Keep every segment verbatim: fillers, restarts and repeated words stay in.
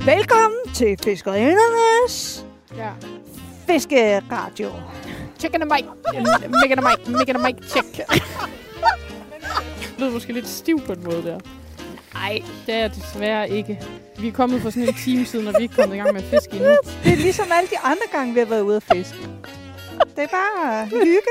Velkommen til Fiskerindernes ja. Fiskeradio. Chicken and Mike. Megan and Mike. Megan and Mike. Check. Det lyder måske lidt stiv på en måde der. Nej, det er jeg desværre ikke. Vi er kommet for sådan en time siden, og vi er ikke kommet i gang med at fiske endnu. Det er ligesom alle de andre gange, vi har været ude at fiske. Det er bare hygge.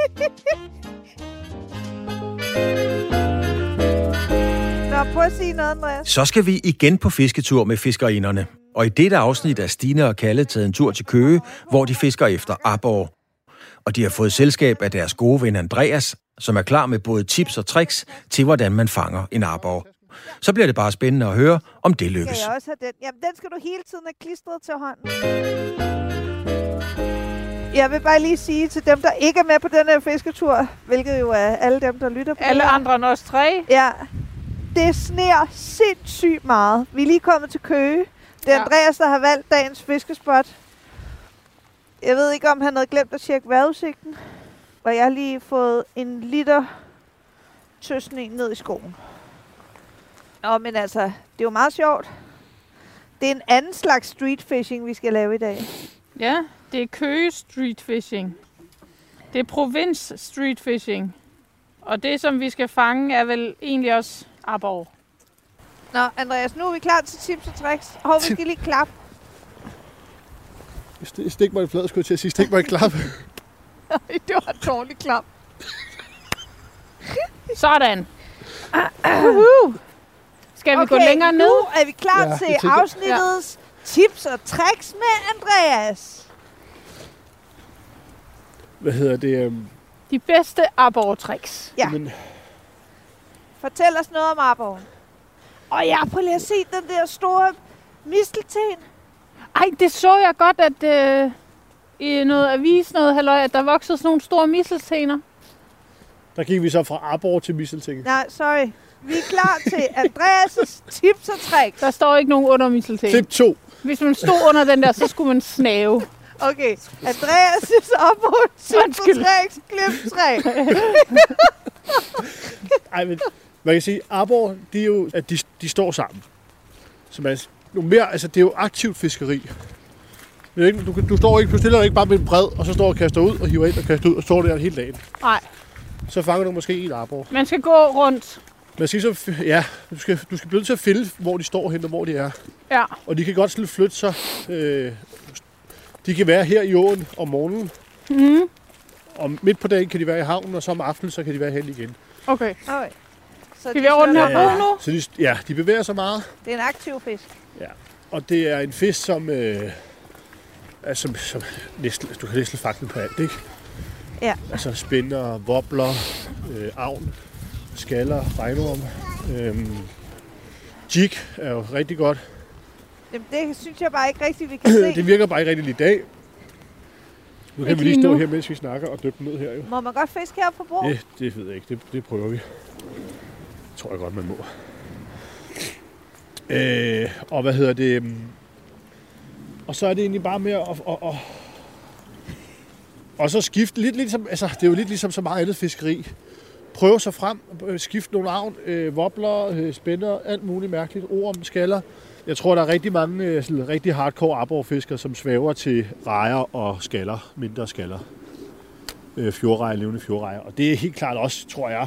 Nå, prøv at sige noget, Andreas. Så skal vi igen på fisketur med fiskerinderne. Og i dette afsnit er Stine og Kalle taget en tur til Køge, hvor de fisker efter aborre. Og de har fået selskab af deres gode ven Andreas, som er klar med både tips og tricks til, hvordan man fanger en aborre. Så bliver det bare spændende at høre, om det lykkes. Skal jeg også have den? Jamen, den skal du hele tiden have klistret til hånden. Jeg vil bare lige sige til dem, der ikke er med på den her fisketur, hvilket jo er alle dem, der lytter på Alle det her. andre end os tre. Ja, det sner sindssygt meget. Vi er lige kommet til Køge. Det er Ja. Andreas, der har valgt dagens fiskespot. Jeg ved ikke, om han havde glemt at tjekke vejrudsigten. Og jeg har lige fået en liter tøsne ned i skoven. Nå, men altså, det er jo meget sjovt. Det er en anden slags street fishing, vi skal lave i dag. Ja, det er Køge street fishing. Det er provins street fishing. Og det, som vi skal fange, er vel egentlig også aborre. Nå, Andreas, nu er vi klar til tips og tricks. Hov, vi skal lige klappe. Stik mig en flad, skulle jeg til at sige. Stik mig en klap. Det var et dårligt klap. Sådan. Uh-huh. Skal vi Okay, gå længere nu ned? er vi klar Ja, til det tænker- afsnittets tips og tricks med Andreas. Hvad hedder det? Um, De bedste aborre-tricks. Ja. Men, Fortæl os noget om aborren. Og ja, prøv lige at se den der store mistelten. Ej, det så jeg godt, at øh, i noget avis, noget halløj, at der voksede sådan nogle store misteltener. der gik vi så fra aborre til mistelting. Nej, sorry. Vi er klar til Andreas' tips og tricks. Der står ikke nogen under mistelten. Tip to. Hvis man stod under den der, så skulle man snave. Okay, Andreas' aborren, tips og Undskyld. tricks, klip tre. Ej, men man kan sige, aborre, de er jo, at de, de står sammen. Så man, nu mere, altså, det er jo aktivt fiskeri. Det er ikke, du, du, står ikke, du stiller dig ikke bare med en bred, og så står og kaster ud, og hiver ind og kaster ud, og står der hele dagen. Nej, Så fanger du måske en aborre. man skal gå rundt. Man skal så, ja, du skal, du skal blive nødt til at finde, hvor de står hen og hvor de er. Ja, Og de kan godt sådan flytte sig. Øh, de kan være her i åen om morgenen, mm-hmm. og midt på dagen kan de være i havnen, og så om aftenen, så kan de være hen igen. Okay. Okay. Så Skal de vi over den her sidder bro der. nu? Så de, ja, de bevæger sig meget, Det er en aktiv fisk. og det er en fisk, som, øh, er, som, som næsten, du kan næsten fange den på alt, ikke? Ja. Altså spænder, wobbler, øh, avn, skaller, regnorm. Øhm, jig er jo rigtig godt. Jamen, det synes jeg bare ikke rigtigt, vi kan se. Det virker bare ikke rigtig i dag. Nu kan Ikke vi lige lige stå nu. her, mens vi snakker, og dyppe ned her jo. Må man godt fiske her på bro? Det, det ved jeg ikke. Det, det prøver vi. Det tror jeg godt, man må. Øh, og hvad hedder det? øhm, Og så er det egentlig bare med at... Og, og, og så skifte lidt ligesom... Altså, det er jo lidt ligesom så meget andet fiskeri. Prøve sig frem, øh, skifte nogle avn, øh, wobbler, øh, spænder, alt muligt mærkeligt. Orm, skaller. Jeg tror, der er rigtig mange øh, sådan, rigtig hardcore aborrefiskere, som svæver til rejer og skaller, mindre skaller. Øh, fjordrejer, levende fjordrejer. Og det er helt klart også, tror jeg,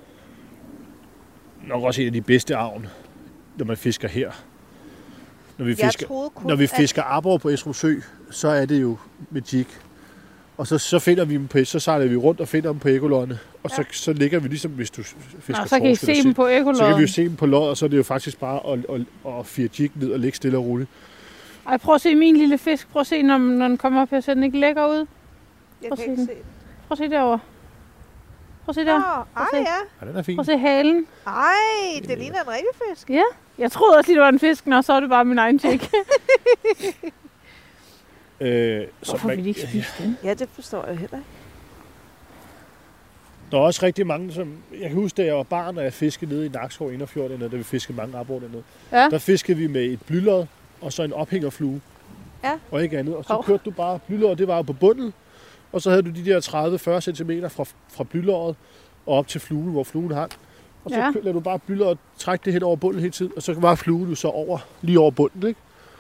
nok også en af de bedste avn, når man fisker her. Når vi Jeg fisker, troede kun, når vi at- fisker aborre på Esrum Sø, så er det jo med jig. Og så, så finder vi dem på, så sejler vi rundt og finder dem på ekkoloderne. Og så, så ligger vi ligesom, hvis du fisker Nå, så kan I torsk eller se sild, dem på så kan vi jo ekkolodden. se dem på lod, og så er det jo faktisk bare at, at, at fire jig ned og ligge stille og roligt. Ej, prøv at se min lille fisk. Prøv at se, når, når den kommer op her, så den ikke lækker ud. Jeg Prøv kan at ikke se se den. den. Prøv at se derovre. Prøv at se Nå, der. ej se. ja. Ja, den er fin. Prøv at se halen. Ej, det ligner en rigtig fisk. Ja, jeg troede også lige, det var en fisk, og så var det bare min egen tjek. Øh, så Hvorfor man- vil de ikke spise den? Ja, det forstår jeg heller ikke. Der er også rigtig mange, som... Jeg kan huske, da jeg var barn, og jeg fiskede nede i Nakskov Inderfjord, dernede, da vi fiskede mange aborre dernede. Ja. Der fiskede vi med et blylod, og så en ophængerflue. Ja. Og ikke andet. Og så Hov. kørte du bare... Blyloddet, det var jo på bunden, og så havde du de der tredive til fyrre centimeter fra, fra blyloddet og op til fluen, hvor fluen hang. Og så Ja. ja. lader du bare blyloddet trække det hen over bunden hele tiden, og så var fluen jo så over, lige over bunden, ikke?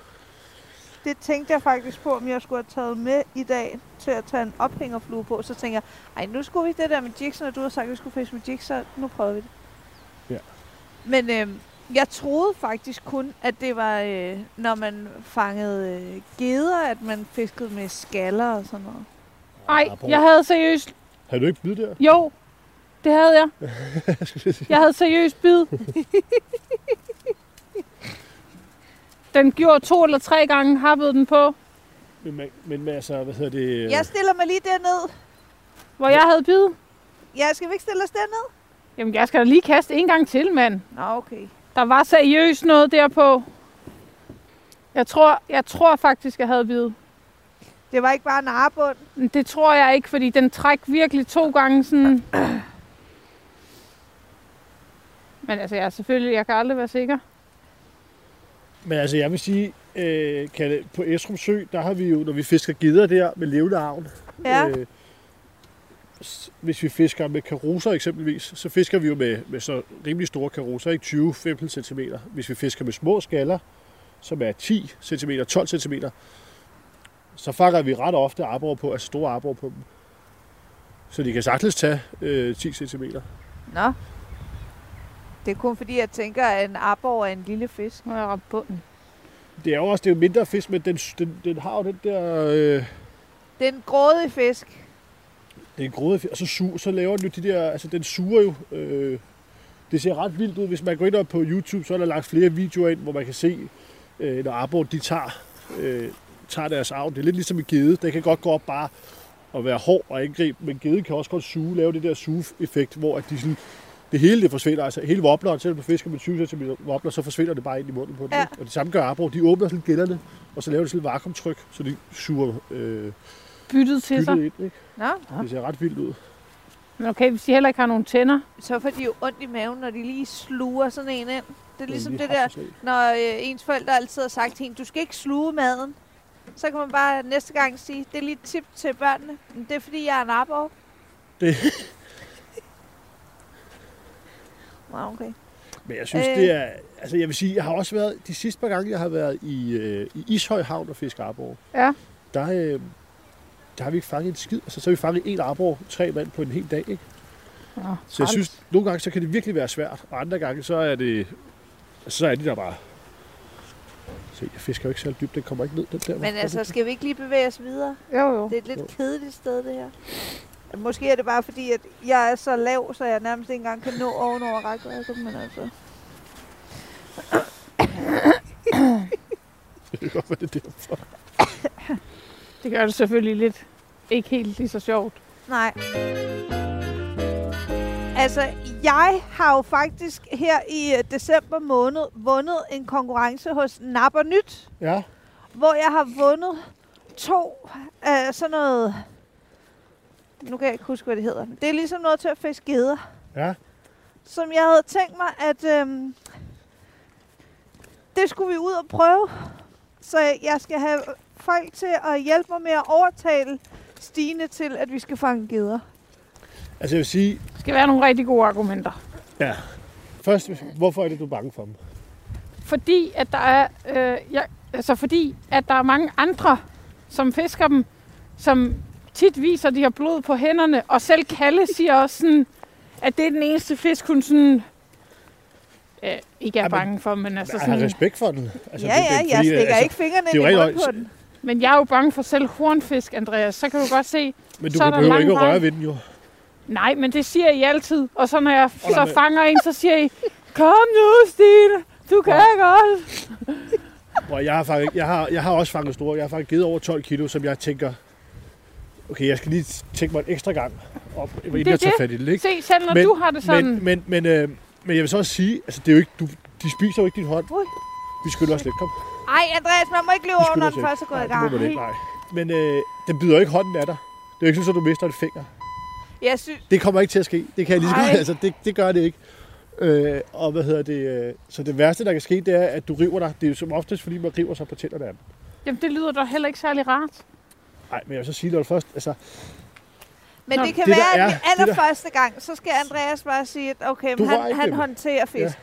det tænkte jeg faktisk på, om jeg skulle have taget med i dag til at tage en ophængerflue på. Så tænker jeg, ej, nu skulle vi det der med jigs, når du har sagt, at vi skulle fiske med jigs, så nu prøver vi det. Ja. Men øh, jeg troede faktisk kun, at det var, øh, når man fangede øh, geder, at man fiskede med skaller og sådan noget. Nej, jeg havde seriøst... Havde du ikke bid der? Jo, det havde jeg. Jeg havde seriøst bid. Den gjorde to eller tre gange, happede den på. Men, men, men altså, hvad hedder det? Jeg stiller mig lige derned. Hvor jeg havde bid. Ja, skal vi ikke stille os derned? Jamen, jeg skal da lige kaste en gang til, mand. Nå, okay. Der var seriøst noget derpå. Jeg tror, jeg tror faktisk, jeg havde bid. Det var ikke bare en arbund. Det tror jeg ikke, fordi den træk virkelig to gange sådan... Men altså, jeg, selvfølgelig, jeg kan aldrig være sikker. Men altså, jeg vil sige, øh, Kalle, på Esrum Sø, der har vi jo, når vi fisker gedder der med levende avn, Ja. øh, hvis vi fisker med karuser eksempelvis, så fisker vi jo med, med så rimelig store karuser, ikke tyve til femten centimeter. Hvis vi fisker med små skaller, som er ti centimeter, tolv centimeter, så fanger vi ret ofte arbor på, altså store arbor på dem. Så de kan sagtens tage øh, ti centimeter. Nå. Det er kun fordi, jeg tænker, at en arbor er en lille fisk. Nu er jeg ramt bunden. Det er jo også det er jo mindre fisk, men den, den, den har jo den der... Øh, Det er en grådig fisk. det er en gråde fisk, og så, su, så laver den jo de der... Altså, den suger jo... Øh, det ser ret vildt ud. Hvis man går ind op på YouTube, så er der lagt flere videoer ind, hvor man kan se, øh, når arbor, de tager, øh, tager deres avn. Det er lidt ligesom en gede. Den kan godt gå op bare og være hård og angribe, men geden kan også godt suge, lave det der suge-effekt, hvor at de sådan... Det hele det forsvinder, altså hele wobbleren, selvom du fisker med tyve centimeter wobbler, så forsvinder det bare ind i munden på den. Ja. Og det samme gør arbor. De åbner sådan gælderne, og så laver de sådan et vakuumtryk, så de suger øh, Byttet til sig. byttet ind. Ikke? Nå, Det ser ret vildt ud. Men okay, hvis de heller ikke har nogen tænder. så får de jo ondt i maven, når de lige sluger sådan en ind. Det er ligesom lige det der, hapseslag. når øh, ens forældre altid har sagt til en, du skal ikke sluge maden. Så kan man bare næste gang sige, det er lige et tip til børnene. Men det er fordi, jeg er en arbor. Det. Nå, okay. Men jeg synes, Øh. det er... Altså, jeg vil sige, jeg har også været... De sidste par gange, jeg har været i, øh, i Ishøj Havn og fiske arbor, Ja. der, øh, der har vi ikke fanget en skid. Altså, så har vi fanget en arbor, tre mand på en hel dag, ikke? Nå, Så jeg synes, nogle gange, så kan det virkelig være svært. Og andre gange, så er det... Så er de der bare... Se, jeg fisker jo ikke særlig dybt. Den kommer ikke ned, den der. Men altså, skal vi ikke lige bevæge os videre? Jo, jo. Det er et lidt Jo. kedeligt sted, det her. Måske er det bare fordi, at jeg er så lav, så jeg nærmest ikke engang kan nå ovenover rækkevidde, men altså... Det kan godt være, det er derfor. Det gør det selvfølgelig lidt ikke helt lige så sjovt. Nej. Altså, jeg har jo faktisk her i øh, december måned vundet en konkurrence hos Napper Nyt, Ja. hvor jeg har vundet to af sådan noget... Nu kan jeg ikke huske, hvad det hedder. Det er ligesom noget til at fiske geder. Ja. Som jeg havde tænkt mig, at øhm, det skulle vi ud og prøve. Så jeg skal have folk til at hjælpe mig med at overtale Stine til, at vi skal fange geder. Altså, jeg vil sige... Det skal være nogle rigtig gode argumenter. Ja. Først, hvorfor er det, du er bange for dem? Fordi at der er, øh, ja, altså fordi at der er mange andre, som fisker dem, som tit viser, at de har blod på hænderne. Og selv Kalle siger også sådan, at det er den eneste fisk, hun sådan... Øh, ikke er Ja, men- bange for, men altså Jeg har sådan... respekt for den. Altså, Ja, det, ja, det, jeg fordi, stikker altså, ikke fingrene det er ind jo i rigtig- munden på den. Men jeg er jo bange for selv hornfisk, Andreas. Så kan du godt se... Men du så er kan der behøver lang ikke at vej. røre ved den, jo. Nej, men det siger I altid. Og så når jeg nej, så men- fanger en, så siger I, kom nu, Stine, du kan godt. Og jeg har, fanget, jeg, har, jeg har også fanget store. Jeg har fanget givet over tolv kilo, som jeg tænker... Okay, jeg skal lige tænke mig en ekstra gang op, inden er jeg tager det. fat i det, ikke? Se, selv når Men- du har det sådan... Men, men, men, øh, men jeg vil så også sige, altså det er jo ikke, du, de spiser jo ikke din hånd. Ui. Vi skylder os lidt, kom. Ej, Andreas, man må ikke løbe Vi over, når skylder den os først er lidt. gået i Nej, det må gang. man ikke, nej. Men øh, den byder jo ikke hånden af dig. Det er jo ikke sådan, at du mister en finger. Jeg synes, Det kommer ikke til at ske. Det kan jeg lige så Ej. godt. Altså, det, det gør det ikke. Øh, og hvad hedder det? Øh, så det værste, der kan ske, det er, at du river dig. Det er jo som oftest, fordi man river sig på tænderne af den. Jamen, det lyder da heller ikke særlig rart. Nej, men jeg vil så sige, når du først... Altså, men Nå, det kan det, der være, er- at det det der- allerførste gang, så skal Andreas bare sige, at okay, Du men rører han, ikke han ved den. håndterer fisken.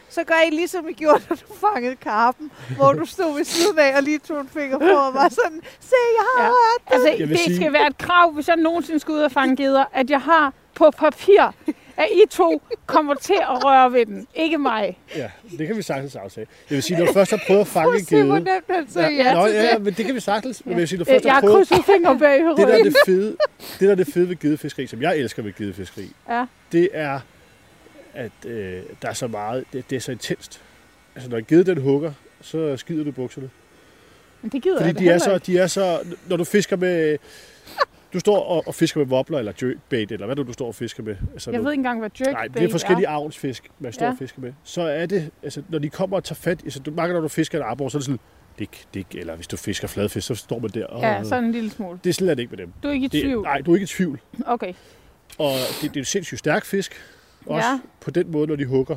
så gør I ligesom I gjorde, da du fangede karpen, hvor du stod ved siden af og lige tog en finger på og var sådan, se, jeg har Ja. hørt det. Altså, Jeg vil det sige- skal være et krav, hvis jeg nogensinde skal ud og fange geder, at jeg har på papir, at I to kommer til at røre ved den. Ikke mig. Ja, det kan vi sagtens aftale. Jeg vil sige, når du først har prøvet at fange en Se, hvor gede... nemt han sagde ja, Ja, nå, til ja, det. men det kan vi sagtens. Men jeg vil sige, når du Øh, først Jeg har har prøvet... krydset fingre bag Det der er ryggen. det fede, det der er det fede ved gedefiskeri, som jeg elsker ved gedefiskeri, Ja. det er, at øh, der er så meget, det, det er så intenst. Altså, når en gede den hugger, så skider du bukserne. Men det gider Fordi jeg da de er, heller så, ikke. de er så, når du fisker med, du står og, og fisker med wobbler eller jerkbait, eller hvad du, du står og fisker med. Altså, Jeg nu- ved ikke engang, hvad jerkbait Nej, det er forskellige avlsfisk, man står Ja. og fisker med. Så er det, altså, når de kommer og tager fat, altså, du mærker, når du fisker en arbor, så er det sådan, dik, dik, eller hvis du fisker fladfisk, så står man der. Og, Ja, sådan en lille smule. Det er slet ikke med dem. Du er ikke i Det, tvivl. nej, du er ikke i tvivl. Okay. Og det, det er en sindssygt stærk fisk. Også Ja. på den måde, når de hugger.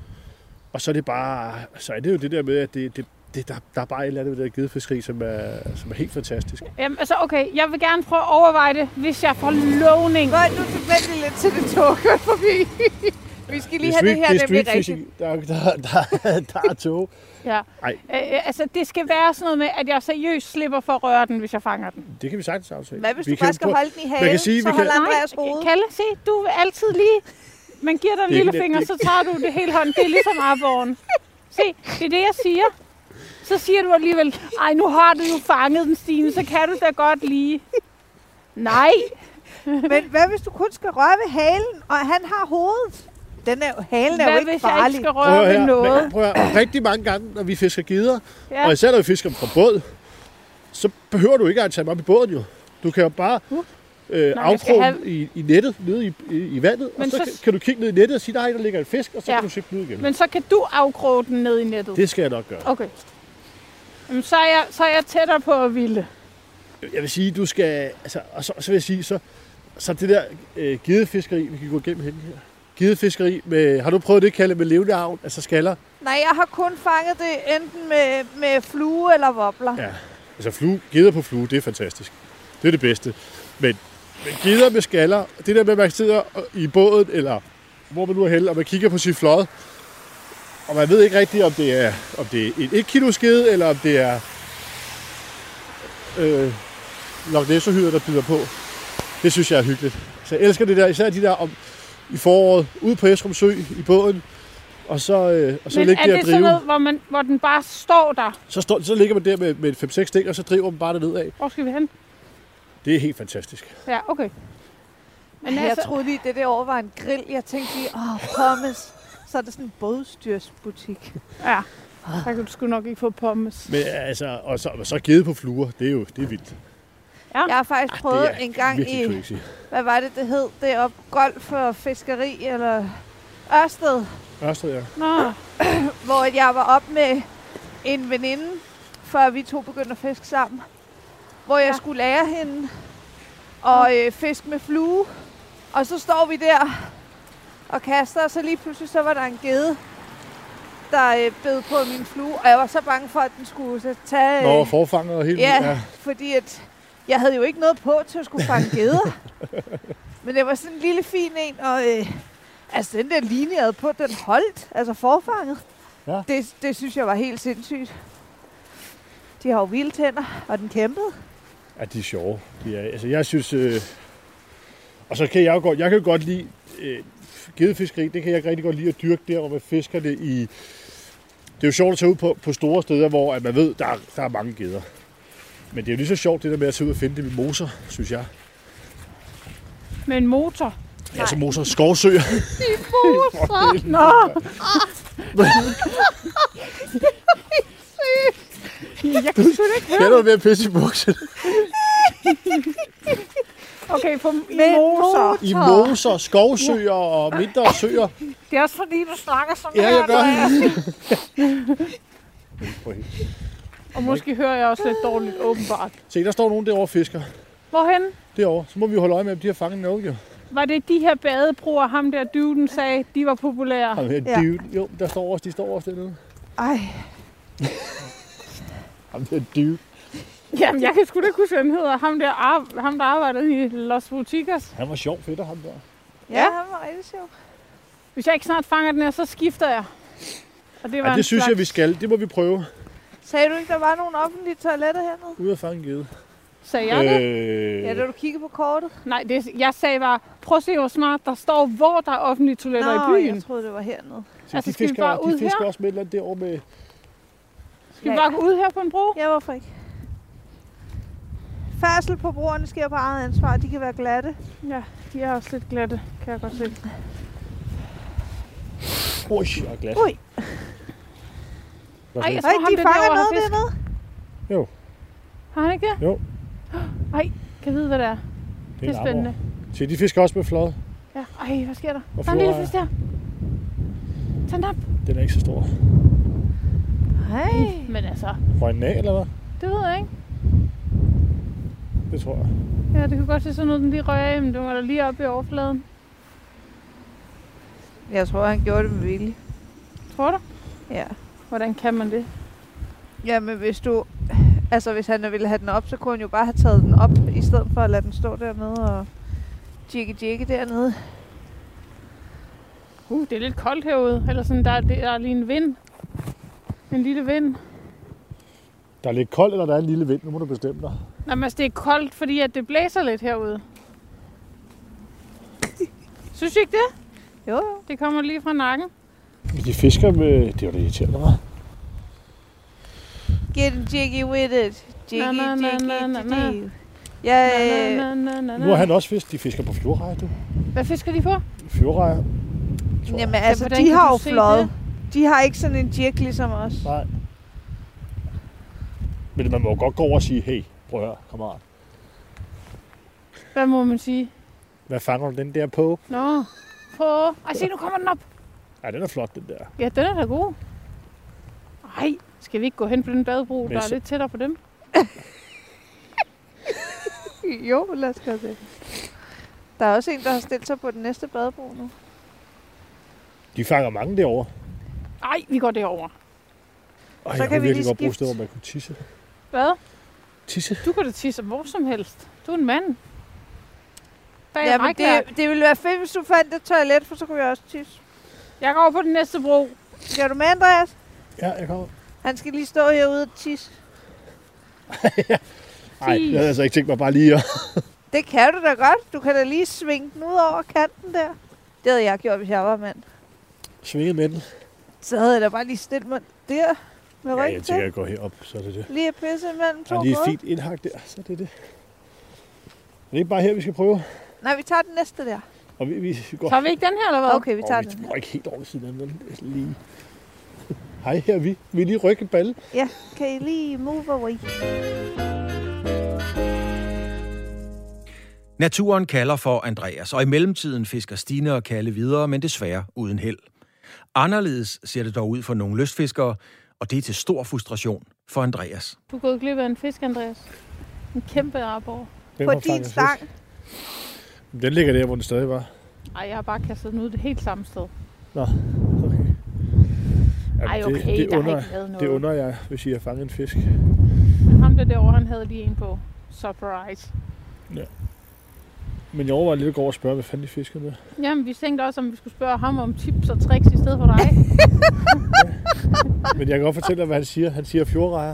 Og så er det bare, så er det jo det der med, at det, det, det, der, der er bare et eller andet ved det der gedefiskeri, som er, som er helt fantastisk. Jamen, altså, okay. Jeg vil gerne prøve at overveje det, hvis jeg får lovning. Hvor er nu tilbage lidt til det tog kørt forbi. Vi skal lige have det her det er nemlig street rigtigt. fishing. Der, der, der, der er tog. Ja. Ej. Øh, altså, det skal være sådan noget med, at jeg seriøst slipper for at røre den, hvis jeg fanger den. Det kan vi sagtens aftale. Hvad hvis Vi du kan bare skal prøve- holde den i kan halen, sige, så vi kan- holder Andreas hovedet? Kalle, se, du vil altid lige... Man giver dig en Det er lille ikke- finger, det så tager du det hele hånden. Det er ligesom arboren. Se, det er det, jeg siger. Så siger du alligevel, ej, nu har du jo fanget den, Stine, så kan du da godt lige. Nej. Men hvad hvis du kun skal røre ved halen, og han har hovedet? Den er jo, halen er jo Hvad ikke hvis jeg farlig. ikke skal Prøv røre at ved høre, noget? men prøv at høre, rigtig mange gange, når vi fisker geder, Ja. og især når vi fisker dem fra båd, så behøver du ikke at tage dem op i båden jo. Du kan jo bare Uh. øh, jeg skal afkroge have- have... i, i nettet, nede i, i, i vandet, Men og så, så- kan, kan du kigge ned i nettet og sige, der er en, der ligger en fisk, og så Ja. kan du sætte den ud igen. Men så kan du afkroge den ned i nettet. Det skal jeg nok gøre. Okay. Jamen, så er jeg, så er jeg tættere på at ville. Jeg vil sige, du skal, altså, og så, så vil jeg sige, så, så det der øh, gedefiskeri, vi kan gå igennem hen her. Gedefiskeri med, har du prøvet det, Kalle, med levende avl, altså skaller? Nej, jeg har kun fanget det enten med, med flue eller wobbler. Ja, altså flue, geder på flue, det er fantastisk. Det er det bedste. Men, men geder med skaller, det der med, at man sidder i båden, eller hvor man nu er henne, og man kigger på sin flåde, og man ved ikke rigtigt, om det er, om det er en et kilo skede, eller om det er øh, Loch Ness-hyder, der byder på. Det synes jeg er hyggeligt. Så jeg elsker det der, især de der om, i foråret, ude på Esrum Sø i båden, og så, øh, og så Men ligger er de det og sådan drive. noget, hvor, man, hvor den bare står der? Så, står, så ligger man der med, med fem seks stik, og så driver man bare derned af. Hvor skal vi hen? Det er helt fantastisk. Ja, okay. Men Jeg altså, troede lige, det derovre var en grill. Jeg tænkte lige, åh, pommes. Så er det sådan en bådstyrsbutik. ja, der kan du sgu nok ikke få pommes. Men altså, og så, og så gede på fluer, det er jo det er vildt. Ja. Jeg har faktisk prøvet det er en gang virkelig i, crazy. hvad var det, det hed? Deroppe, golf og fiskeri, eller Ørsted, Ørsted, ja. Nå, hvor jeg var op med en veninde, før vi to begyndte at fiske sammen. Hvor jeg Ja. skulle lære hende at øh, fiske med flue. Og så står vi der og kaster, og så lige pludselig så var der en gede, der øh, bed på min flue. Og jeg var så bange for, at den skulle så tage... Øh, Nå, forfanger og helt Ja, ja. fordi at jeg havde jo ikke noget på til at skulle fange geder. Men det var sådan en lille fin en, og øh, altså den der linje, jeg havde på, den holdt, altså forfanget. Ja. Det, det synes jeg var helt sindssygt. De har jo vilde tænder, og den kæmpede. Ja, de er sjove. De er, altså, jeg synes... Øh... Og så kan jeg jo godt... Jeg kan jo godt lide... Øh, gedefiskeri, det kan jeg rigtig godt lide at dyrke der, hvor man fisker det i... Det er jo sjovt at tage ud på, på store steder, hvor at man ved, der er, der er mange geder. Men det er jo lige så sjovt, det der med at tage ud og finde dem i moser, synes jeg. med en motor. Ja, så moser skovsøer. Motor! Nå! Jeg kan sgu da ikke Kan høre. du med at pisse i bukserne? Okay, på i Med motor. I moser, skovsøer og mindre søer. Det er også fordi, du snakker som Ja, jeg gør. Andreas. Prøv helt. Og måske hører jeg også lidt dårligt, åbenbart. Se, der står nogen derovre og fisker. Hvorhen? Derovre. Så må vi jo holde øje med, om de har fanget noget, jo. Var det de her badebroer, ham der duden sagde, de var populære? Ham her, Ja. dude. Jo, der står også, de står også dernede. Ej, Ham der dude. Jamen, jeg kan sgu da ikke huske, hvad han hedder. Ham der, ar- ham, der arbejdede i Los Boutiques. Han var sjov fætter, ham der. ja, Ja. han var rigtig sjov. Hvis jeg ikke snart fanger den her, så skifter jeg. Og det var Ej, en det synes slags... jeg, vi skal. Det må vi prøve. Sagde du ikke, der var nogle offentlige toiletter hernede? Ude at fange gede. Sagde jeg det? Øh... Ja, da du kiggede på kortet. Nej, det, jeg sagde bare, prøv at se, hvor smart der står, hvor der er offentlige toiletter Nå, i byen. jeg troede, det var hernede. Så Altså, de skal vi fisker, bare ud de fisker her? også med et eller andet derovre med... Skal vi bare gå ud her på en bro? Ja, hvorfor ikke? Færdsel på broerne sker på eget ansvar. De kan være glatte. Ja, de er også lidt glatte, kan jeg godt se. Ui, jeg er glat. Ui. Hvad Ej, så? jeg Nej, tror, ham de der fanger derovre har noget fisk. dernede. Jo, Har han ikke det? jo. Ej, kan jeg vide, hvad det er? Det en er spændende. aborre. Se, de fisker også med flåde. Ja. Ej, hvad sker der? Og Der er en lille flora. fisk der. Tag den op. Den er ikke så stor. Hej. Men altså, Røg den af, eller hvad? det ved jeg ikke. Det tror jeg. Ja, det kunne godt se sådan noget, den lige røg af, men det var da lige oppe i overfladen. Jeg tror, han gjorde det med vilje. Tror du? Ja. Hvordan kan man det? Ja, men hvis du... Altså, hvis han ville have den op, så kunne han jo bare have taget den op, i stedet for at lade den stå dernede og jigge jigge dernede. Uh, det er lidt koldt herude. Eller sådan, der, der er lige en vind. En lille vind. Der er lidt koldt, eller der er en lille vind. Nu må du bestemme dig. Jamen, altså, det er koldt, fordi at det blæser lidt herude. Synes du ikke det? Jo, jo. Det kommer lige fra nakken. Men de fisker med... Det er jo det irriterende, hva'? Get jiggy with it. Jiggy, Na, na, na, jiggy, na, na, na. jiggy. Ja, øh, Na, na, na, na, na. Nu har han også fisk. De fisker på fjordrejer, du. Hvad fisker de på? Fjordrejer. tror jeg. jamen altså, hvordan de kan har du jo se fløjet. det? De har ikke sådan en jig ligesom os. Nej. Men man må jo godt gå over og sige, hey, prøv at høre, kammerat. Hvad må man sige? Hvad fanger du den der på? Nå, på... Ej, se, nu kommer den op. Ja, den er flot, den der. Ja, den er da god. Ej, skal vi ikke gå hen på den badebro, Men der er så- lidt tættere på dem? Jo, lad os gøre det. Der er også en, der har stillet sig på den næste badebro nu. De fanger mange derovre. Ej, vi går derover. Ej, Så jeg kan kunne vi virkelig lige godt bruge skifte. steder, hvor man kunne tisse. Hvad? Tisse? Du kan da tisse hvor som helst. Du er en mand. Bag Ja, men rækværk. det, det ville være fedt, hvis du fandt et toilet, for så kunne jeg også tisse. Jeg går over på den næste bro. Skal du med, Andreas? Ja, jeg kommer. Han skal lige stå herude og tisse. Nej, jeg havde altså ikke tænkt mig bare lige at... Det kan du da godt. Du kan da lige svinge den ud over kanten der. Det havde jeg gjort, hvis jeg var mand. Svinge med den. Så havde jeg da bare lige stillet mig der med Ja, ryggen jeg til. tænker, jeg går herop, så er det det. Lige at pisse imellem to Der er lige et gråd. fint indhak der, så er det det. Er det ikke bare her, vi skal prøve? Nej, vi tager den næste der. Og vi, vi, vi går... Tager vi ikke den her, eller hvad? Okay, vi tager oh, den. vi går ikke helt over ved siden af den. Lige. Hej, her er vi. Vi er lige rykke en balle. Ja, kan I lige move away? Naturen kalder for Andreas, og i mellemtiden fisker Stine og Kalle videre, men desværre uden held. Anderledes ser det dog ud for nogle lystfiskere, og det er til stor frustration for Andreas. Du er gået glip af en fisk, Andreas. En kæmpe arbor. Hvem På har din fanget stang. fisk? Den ligger der, hvor den stadig var. Ej, jeg har bare kastet den ud det helt samme sted. Nå, okay. Jamen, Ej, okay, det, det, der under, har ikke lavet noget. det under jeg, hvis I har fanget en fisk. Men ham der derovre, han havde lige en på. Surprise. Men jeg overvejer lidt at gå over og spørge, hvad fanden de fisker med. Jamen, vi tænkte også, om vi skulle spørge ham om tips og tricks i stedet for dig. Men jeg kan godt fortælle dig, hvad han siger. Han siger fjordrejer.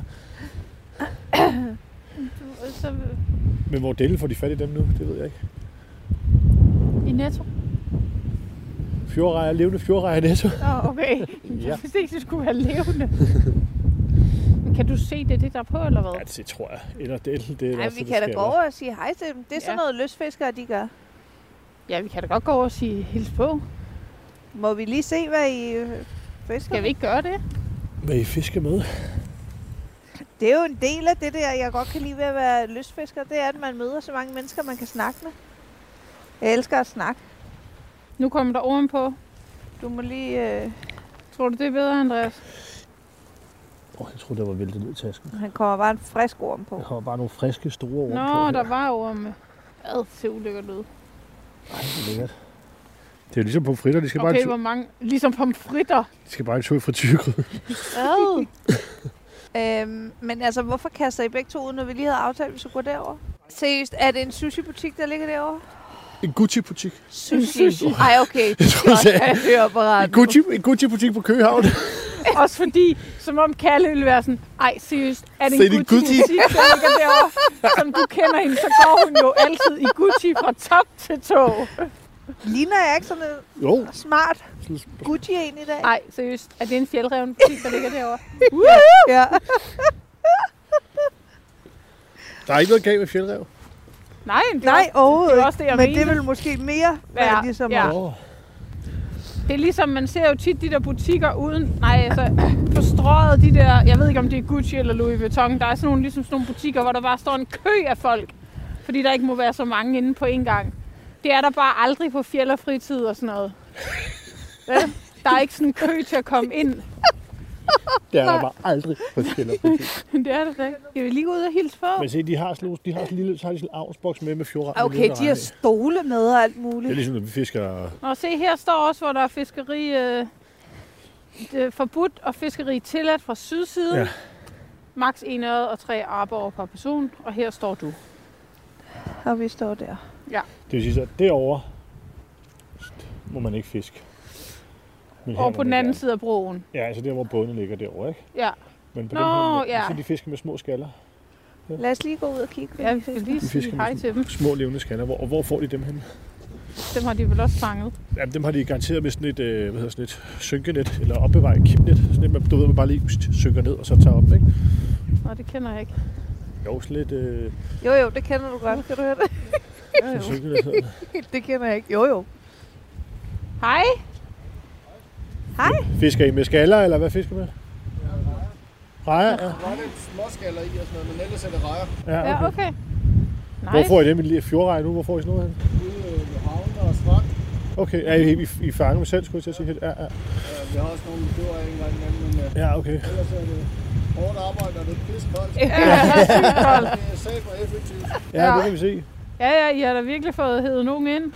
Så, Men hvor delen får de fat i dem nu, det ved jeg ikke. I Netto. Fjordrejer, levende fjordrejer netto. Nå, okay. Ja. Jeg vidste ikke, det skulle være levende. Men kan du se det, det der er på, eller hvad? Ja, det tror jeg. Eller del, det er Nej, også vi det, kan da der gå sker. over og sige hej til dem. Det er sådan Ja. noget lystfiskere, de gør. Ja, vi kan da godt gå over og sige hils på. Må vi lige se, hvad I øh, fisker? Skal vi ikke gøre det? Hvad I fisker med? Det er jo en del af det der, jeg godt kan lide ved at være lystfisker. Det er, at man møder så mange mennesker, man kan snakke med. Jeg elsker at snakke. Nu kommer der ovenpå. Du må lige... Øh, Tror du, det er bedre, Andreas? Åh, oh, jeg troede, der var væltet ned i tasken. han kommer bare en frisk orm på. Jeg har bare nogle friske, store ord på Nå, her. der var orme. Ad, se ulækkert ud. Ej, det er lækkert. Det er jo ligesom pomfritter. De skal Okay, bare hvor mange... Ligesom pomfritter. de skal bare en tur i frityrgryde. Ad. Øhm, men altså, hvorfor kaster I begge to ud, når vi lige havde aftalt, at vi skulle gå derover? Seriøst, er det en sushi-butik, der ligger derovre? En Gucci-butik. Sushi. Ej, okay. Det troede, er du sagde- godt, jeg hører på En retten. Gucci, en Gucci-butik på Køgehavn. Også fordi, som om Kalle ville være sådan, ej seriøst, er det Se, en det er Gucci-butik, der ligger derovre? Som du kender hende, så går hun jo altid i Gucci fra top til tå. Ligner jeg ikke sådan en Jo. smart Gucci en i dag? Ej, seriøst, er det en fjeldreven butik, der ligger derovre? Uh! Ja. Der er ikke noget galt med fjeldrev. Nej, det er, Nej, også, overhovedet det er ikke. også det, jeg Men mener. det vil måske mere være Ja, ligesom ja. os. Åh. Det er ligesom, man ser jo tit de der butikker uden, nej, altså på strøget, de der, jeg ved ikke om det er Gucci eller Louis Vuitton, der er sådan nogle, ligesom sådan nogle butikker, hvor der bare står en kø af folk, fordi der ikke må være så mange inde på en gang. Det er der bare aldrig på fjeld og fritid og sådan noget. Vel? Der er ikke sådan en kø til at komme ind. Det er der bare aldrig på fjelderbutik. Det er det da ikke. Jeg vil lige gå ud og hilse på. Men se, de har sådan nogle- de har sådan en lille, så har de sådan en avnsboks med med fjordrand. Okay, de har stole med og alt Det er muligt. ligesom, når vi fisker. Og se, her står også, hvor der er fiskeri øh, det er forbudt og fiskeri tilladt fra sydsiden. Ja. Max en øre og tre arbor per person. Og her står du. Og vi står der. Det vil sige, at derovre må man ikke fiske. Men her Og må på den man anden gerne. side af broen. Ja, altså der, hvor bådene ligger derovre, ikke? Ja, Men på Nå, den her, må- ja. så de fisker med små skaller. Lad os lige gå ud og kigge på ja de vi skal fisk. lige De sige fisker hej med til dem. små levende skaller. Hvor, og hvor får de dem hen? Dem har de vel også fanget. Jamen, dem har de garanteret med sådan et, øh, hvad hedder sådan et synkenet, eller opbevaret kipnet. Sådan et, man, du ved, man bare lige pst, synker ned og så tager op, ikke? Nå, det kender jeg ikke. Jo, sådan lidt øh, Jo, jo, det kender du godt. Kan du høre det? Jo, jo. synkenet hedder det. Det kender jeg ikke. Jo, jo. Hej. Hej. Fisker I med skaller, eller hvad fisker I med? Rejer, ja. Der var lidt småskaller i og sådan noget, men ellers er det rejer. Ja, Ja, okay. okay. Hvor Nice. får I dem i fjordrejer nu? Hvor får I sådan noget hen? Ude øh, ved havnen og strand. Okay, er I, I, I fanger med selv, skulle jeg til at sige? Ja, ja. Ja, vi har også nogle fjorder en gang imellem, men øh, Ja, okay. ellers er det hårdt arbejde, og det er piskoldt. Ja, sygt koldt. Det er sagt og effektivt. Ja, det kan vi se. Ja, ja, I har da virkelig fået hævet nogen ind.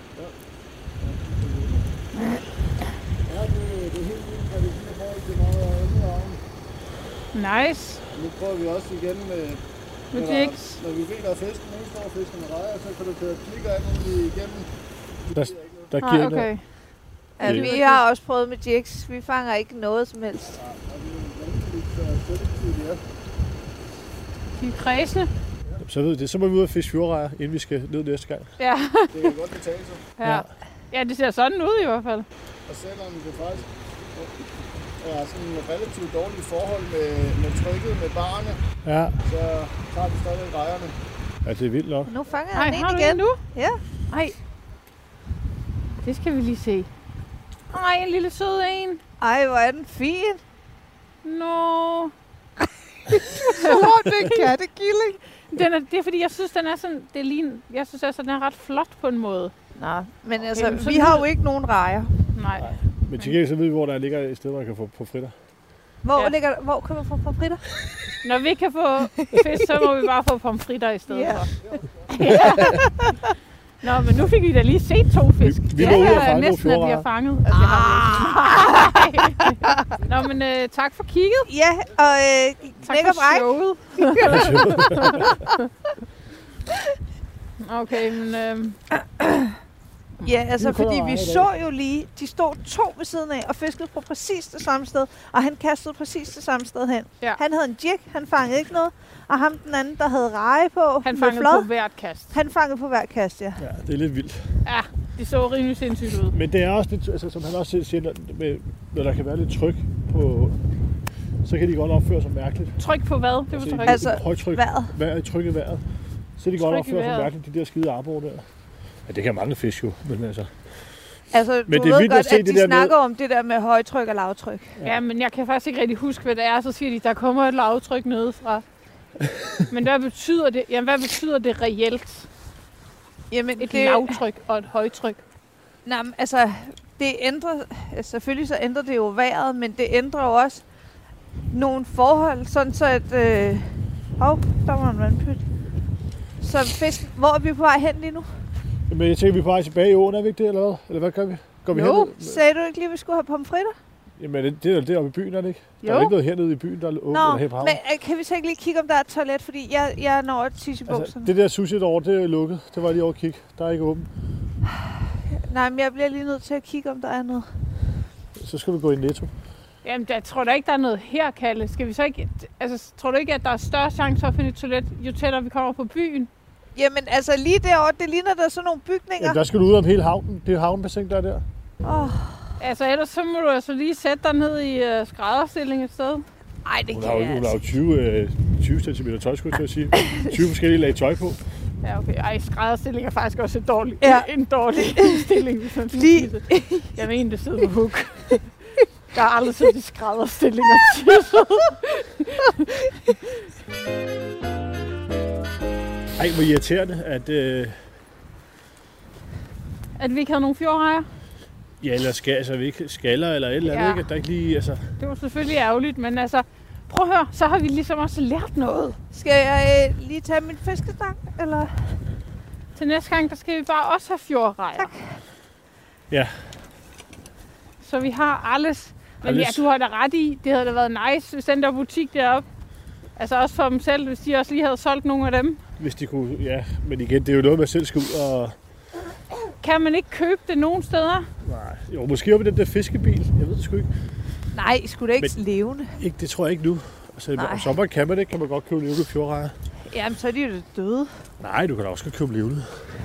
Ja, det, det er helt vildt, hvad det giver forhold til meget andet havn. Nice. Nu prøver vi også igen med, Med når der- jigs. Når vi ved, der er fisk, nogen står og fisker med rejer, så kan du køre klikker alt muligt igennem. Der, der Nej, giver okay. Ja, Det- vi har også prøvet med jigs. Vi fanger ikke noget som helst. Og det er vanvittigt, så selektivt det er. De er kredsende. Så ved I det. Så må vi ud og fiske fjordrejer, inden vi skal ned næste gang. Ja. Det kan godt betale sig. Ja. Ja, det ser sådan ud i hvert fald. Og selvom det faktisk er sådan relativt dårlige forhold med, med trykket med barne, Ja, så tager vi stadig rejerne. ja det er vildt nok. Nu fanger Nej, jeg har den du igen. en nu? Ja. Nej. Det skal vi lige se. Ej, en lille sød en. Ej, hvor er den fin. Nå. Så det er en kattekilling. Den er, det er fordi, jeg synes, den er sådan, det er lige, jeg synes altså, den er ret flot på en måde. Nå, men Okay, altså, men så vi lyder- har jo ikke nogen rejer. Nej. Men til gengæld så ved vi, hvor der ligger et sted, hvor man kan få på fritter. Hvor, Ja. ja. ligger, hvor kan man få pomfritter? Når vi ikke kan få fisk, så må vi bare få pomfritter i stedet Ja. for. Ja. Nå, men nu fik vi da lige set to fisk. Vi- vi ja, må ud og ja, fange næsten, nogle at vi har fjordrejer. fanget. Altså, det har vi ikke. Nå, men øh, tak for kigget. Ja, og øh, Tak knæk og for bræk. showet. Okay, men øh, Ja, altså Nu kommer fordi vi rejer i så jo lige, de stod to ved siden af og fiskede på præcis det samme sted, og han kastede præcis det samme sted hen. Ja. Han havde en jig, han fangede ikke noget, og ham den anden, der havde reje på han med fangede flad, på hvert kast. han fangede på hver kast, ja. Ja, det er lidt vildt. Ja, de så rimelig sindssygt ud. Men det er også lidt, altså, som han også selv siger, når, med, når der kan være lidt tryk på, så kan de godt opføre sig mærkeligt. Tryk på hvad? Det var Altså, tryk. Altså, højtryk, vejret. vejret, tryk i vejret. Så kan de godt Tryk i opføre sig vejret. mærkeligt, de der skide arbor der. Ja, det kan mange fisk jo, men altså. Altså, Men du det er ved vildt at godt, se at, det de der med- snakker om det der med højtryk og lavtryk. Ja, men jeg kan faktisk ikke rigtig huske, hvad det er. Så siger de, der kommer et lavtryk nedefra. Men hvad betyder det? Jamen, hvad betyder det reelt? Jamen, Et det, lavtryk og et højtryk. nej, men altså, det ændrer, altså, selvfølgelig så ændrer det jo vejret, men det ændrer jo også nogle forhold, sådan så at, øh, hov, der var en vandpyt. Så fisk, hvor er vi på vej hen lige nu? Men jeg tænker, vi er på vej tilbage i åen, er vi ikke det, eller hvad? Eller hvad gør vi? Går vi Jo. herned? Sagde du ikke lige, at vi skulle have pomfritter? Jamen, det det er deroppe i byen, er det ikke? Der er Jo. ikke noget hernede i byen, der er åbent Nå, eller her på men havnen. øh, kan vi så ikke lige kigge, om der er et toilet? Fordi jeg, jeg når at tisse i Altså, bukserne. det der sushi derovre, det er lukket. Det var jeg lige over at kigge. Der er ikke åbent. Nej, men jeg bliver lige nødt til at kigge, om der er noget. Så skal vi gå i Netto. Jamen, jeg tror da ikke, der er noget her, Kalle. Skal vi så ikke... Altså, tror du ikke, at der er større chance for at finde et toilet, jo tættere vi kommer på byen? Jamen, altså lige derovre, det ligner der sådan nogle bygninger. Jamen, der skal du ud om hele havnen. Det er havnebassin, der er der. Åh, Altså, ellers så må du altså lige sætte dig ned i uh, skrædderstilling et sted. ej, det Hun kan har jo, jeg hun har jo altså. tyve, øh, tyve centimeter tøj, skulle jeg til at sige. tyve forskellige lag tøj på. Ja, okay. Ej, skrædderstilling er faktisk også en dårlig, Ja. en dårlig stilling, hvis man skal Lige. sige det. Jeg mener, det sidder på hook. Der har aldrig siddet i skrædderstillinger til. Ej, hvor irriterende, at... Øh, At vi ikke havde nogen fjordrejer. ja, eller skal, altså, vi ikke skaller eller et eller andet, Ja. ikke? At der ikke lige... Altså, Det var selvfølgelig ærgerligt, men altså... Prøv at høre, så har vi ligesom også lært noget. Skal jeg øh, lige tage min fiskestang, eller? Til næste gang, der skal vi bare også have fjordrejer. Tak. ja, Så vi har alles. Men ja, Alles. du har da ret i, det havde da været nice, hvis den der butik deroppe, altså også for dem selv, hvis de også lige havde solgt nogle af dem. hvis de kunne... Ja, men igen, det er jo noget, man selv skal ud og... Kan man ikke købe det nogen steder? Nej, jo, måske op i den der fiskebil. Jeg ved det sgu ikke. Nej, skulle det ikke Men- levende? ikke det tror jeg ikke nu. Altså, Nej. om sommeren kan man det, kan man godt købe levende fjordrejer. Jamen, så er de jo døde. Nej, du kan da også godt købe levende.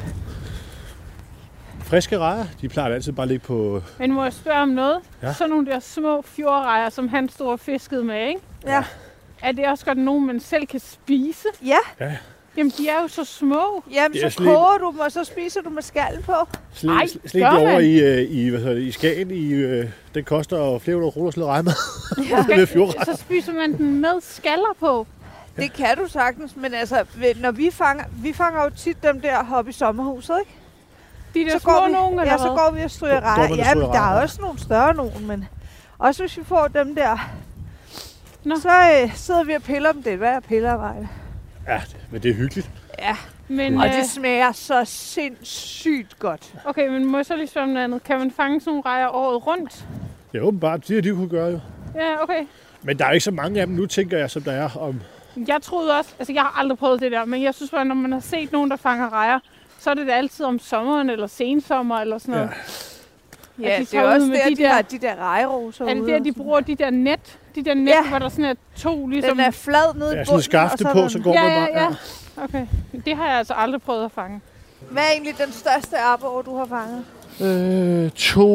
Friske rejer, de plejer altid bare at ligge på... Men må jeg spørge om noget? Ja. Sådan nogle der små fjordrejer, som han stod og fiskede med, ikke? Ja. Er det også godt nogen, man selv kan spise? Ja, Ja, Jamen, de er jo så små. jamen Det er så slet- koger du dem, og så spiser du med skallen på. slet, Ej, slet ikke gør over man? i, øh, i, hvad hedder det, i Skagen. I, øh, den koster flere hundrede kroner sådan noget rejmad. Ja. Med fjordrejer. Så spiser man den med skaller på. Det kan du sagtens, men altså, ved- når vi fanger, vi fanger jo tit dem der oppe i sommerhuset, ikke? De der Så små går vi, nogen, eller ja, så hvad? går vi og stryger Går- går rejer. man og Ja, men stryger der er rejer? også nogle større nogen, men også hvis vi får dem der, Nå. så øh, sidder vi og piller dem. Det er værd at pille arbejde. Ja, men det er hyggeligt. Ja, Men, og øh, det smager så sindssygt godt. okay, men må jeg så lige spørge om noget andet? Kan man fange sådan nogle rejer året rundt? Ja, åbenbart. Det har de kunne gøre jo. Ja, okay. Men der er ikke så mange af dem nu, tænker jeg, som der er om... Jeg troede også, altså jeg har aldrig prøvet det der, men jeg synes bare, når man har set nogen, der fanger rejer, så er det da altid om sommeren eller sensommer eller sådan noget. Ja, de det tager er ud også med der, de de, der- har de der rejeroser Er det ude der, og de sådan. bruger de der net? De der net, Ja. hvor der sådan er to ligesom... Den er flad nede Ja, i sådan bunden, en skafte og på, er så den- går ja, man ja, bare... ja. Okay. Det har jeg altså aldrig prøvet at fange. Hvad er egentlig den største arbor, du har fanget? Øh,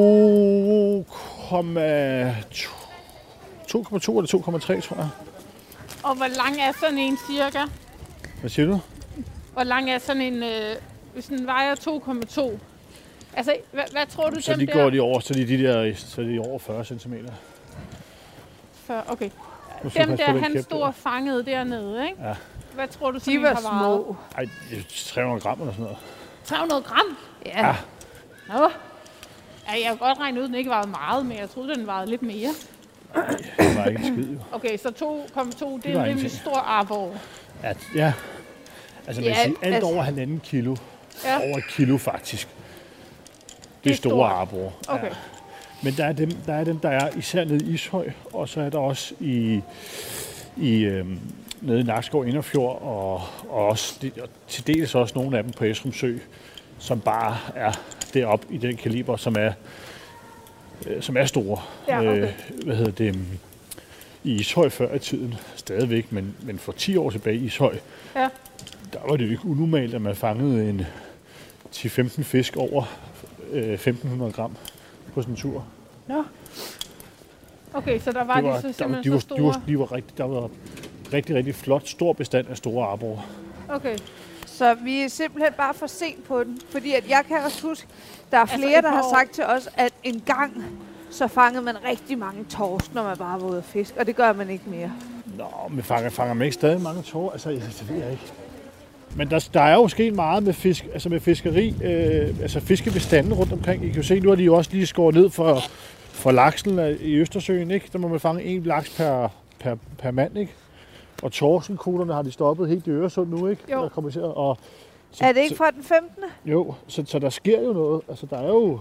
to komma to eller to komma tre, tror jeg. Og hvor lang er sådan en cirka? Hvad siger du? Hvor lang er sådan en, øh, hvis den vejer to komma to? Altså, hvad, hvad tror du, Så dem de der... går de over, så de, de der, så de er over fyrre centimeter. For, okay. Nu skal Dem du passe der, på den han kæp stod og fangede dernede, ikke? Ja. Hvad tror du, sådan De en var har varet? små. Ej, det er tre hundrede gram eller sådan noget. tre hundrede gram? Ja. Ja. Nå. Ja, jeg kan godt regne ud, at den ikke vejede meget, men jeg troede, den vejede lidt mere. Det var ikke en skid, jo. Okay, så to komma to, det Det er var en rimelig ingenting. stor arbor. Ja, ja. Altså, man Ja, kan sige, alt altså- over halvanden kilo. Ja. Over et kilo, faktisk. Det er er store stort. arbor. Okay. Ja. Men der er, dem, der er dem, der er især nede i Ishøj, og så er der også i, i øhm, nede i Nakskov Inderfjord, og, og, også, og til dels også nogle af dem på Esrum Sø, som bare er deroppe i den kaliber, som er, øh, som er store. Ja, okay. øh, hvad hedder det? øhm, I Ishøj før i tiden, stadigvæk, men, men for ti år tilbage i Ishøj, Ja. der var det jo ikke unormalt, at man fangede en ti til femten fisk over øh, femten hundrede gram på sådan en tur. Nå. Okay, så der var, Det var, de så der, simpelthen de, var, så store? de, var, de var rigtig, der var rigtig, rigtig flot, stor bestand af store arbor. Okay. Så vi er simpelthen bare for sent på den. Fordi at jeg kan også huske, der er Altså, flere, et der par har år. sagt til os, at en gang så fangede man rigtig mange torsk, når man bare var ude at fiske. Og det gør man ikke mere. Nå, men fanger, fanger man ikke stadig mange tår? Altså, det ved jeg ikke. Men der, der er jo sket meget med, fisk, altså med fiskeri, øh, altså fiskebestanden rundt omkring. I kan jo se, nu har de jo også lige skåret ned for, for laksen i Østersøen, ikke? Der må man fange en laks per, per, per mand, ikke? Og torskenkvoterne har de stoppet helt i Øresund nu, ikke? Jo. Der kommer til at- og, så, Er det ikke fra den femtende? Jo, så, så der sker jo noget. Altså, der er jo...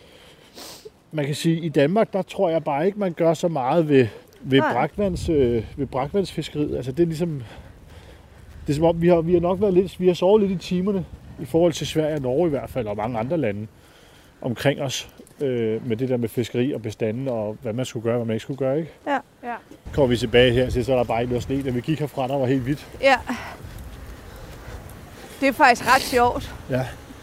Man kan sige, i Danmark, der tror jeg bare ikke, man gør så meget ved, ved, Nej. brakvands, øh, ved brakvandsfiskeriet. Altså, det er ligesom... Det er som om, vi har, vi har nok været lidt... Vi har sovet lidt i timerne, i forhold til Sverige og Norge i hvert fald, og mange andre lande omkring os. øh, med det der med fiskeri og bestanden, og hvad man skulle gøre, hvad man ikke skulle gøre, ikke? Ja. Ja. Kommer vi tilbage her, så er der bare ikke noget sne. Da vi gik herfra, der var helt hvidt. Ja. Det er faktisk ret sjovt. Ja.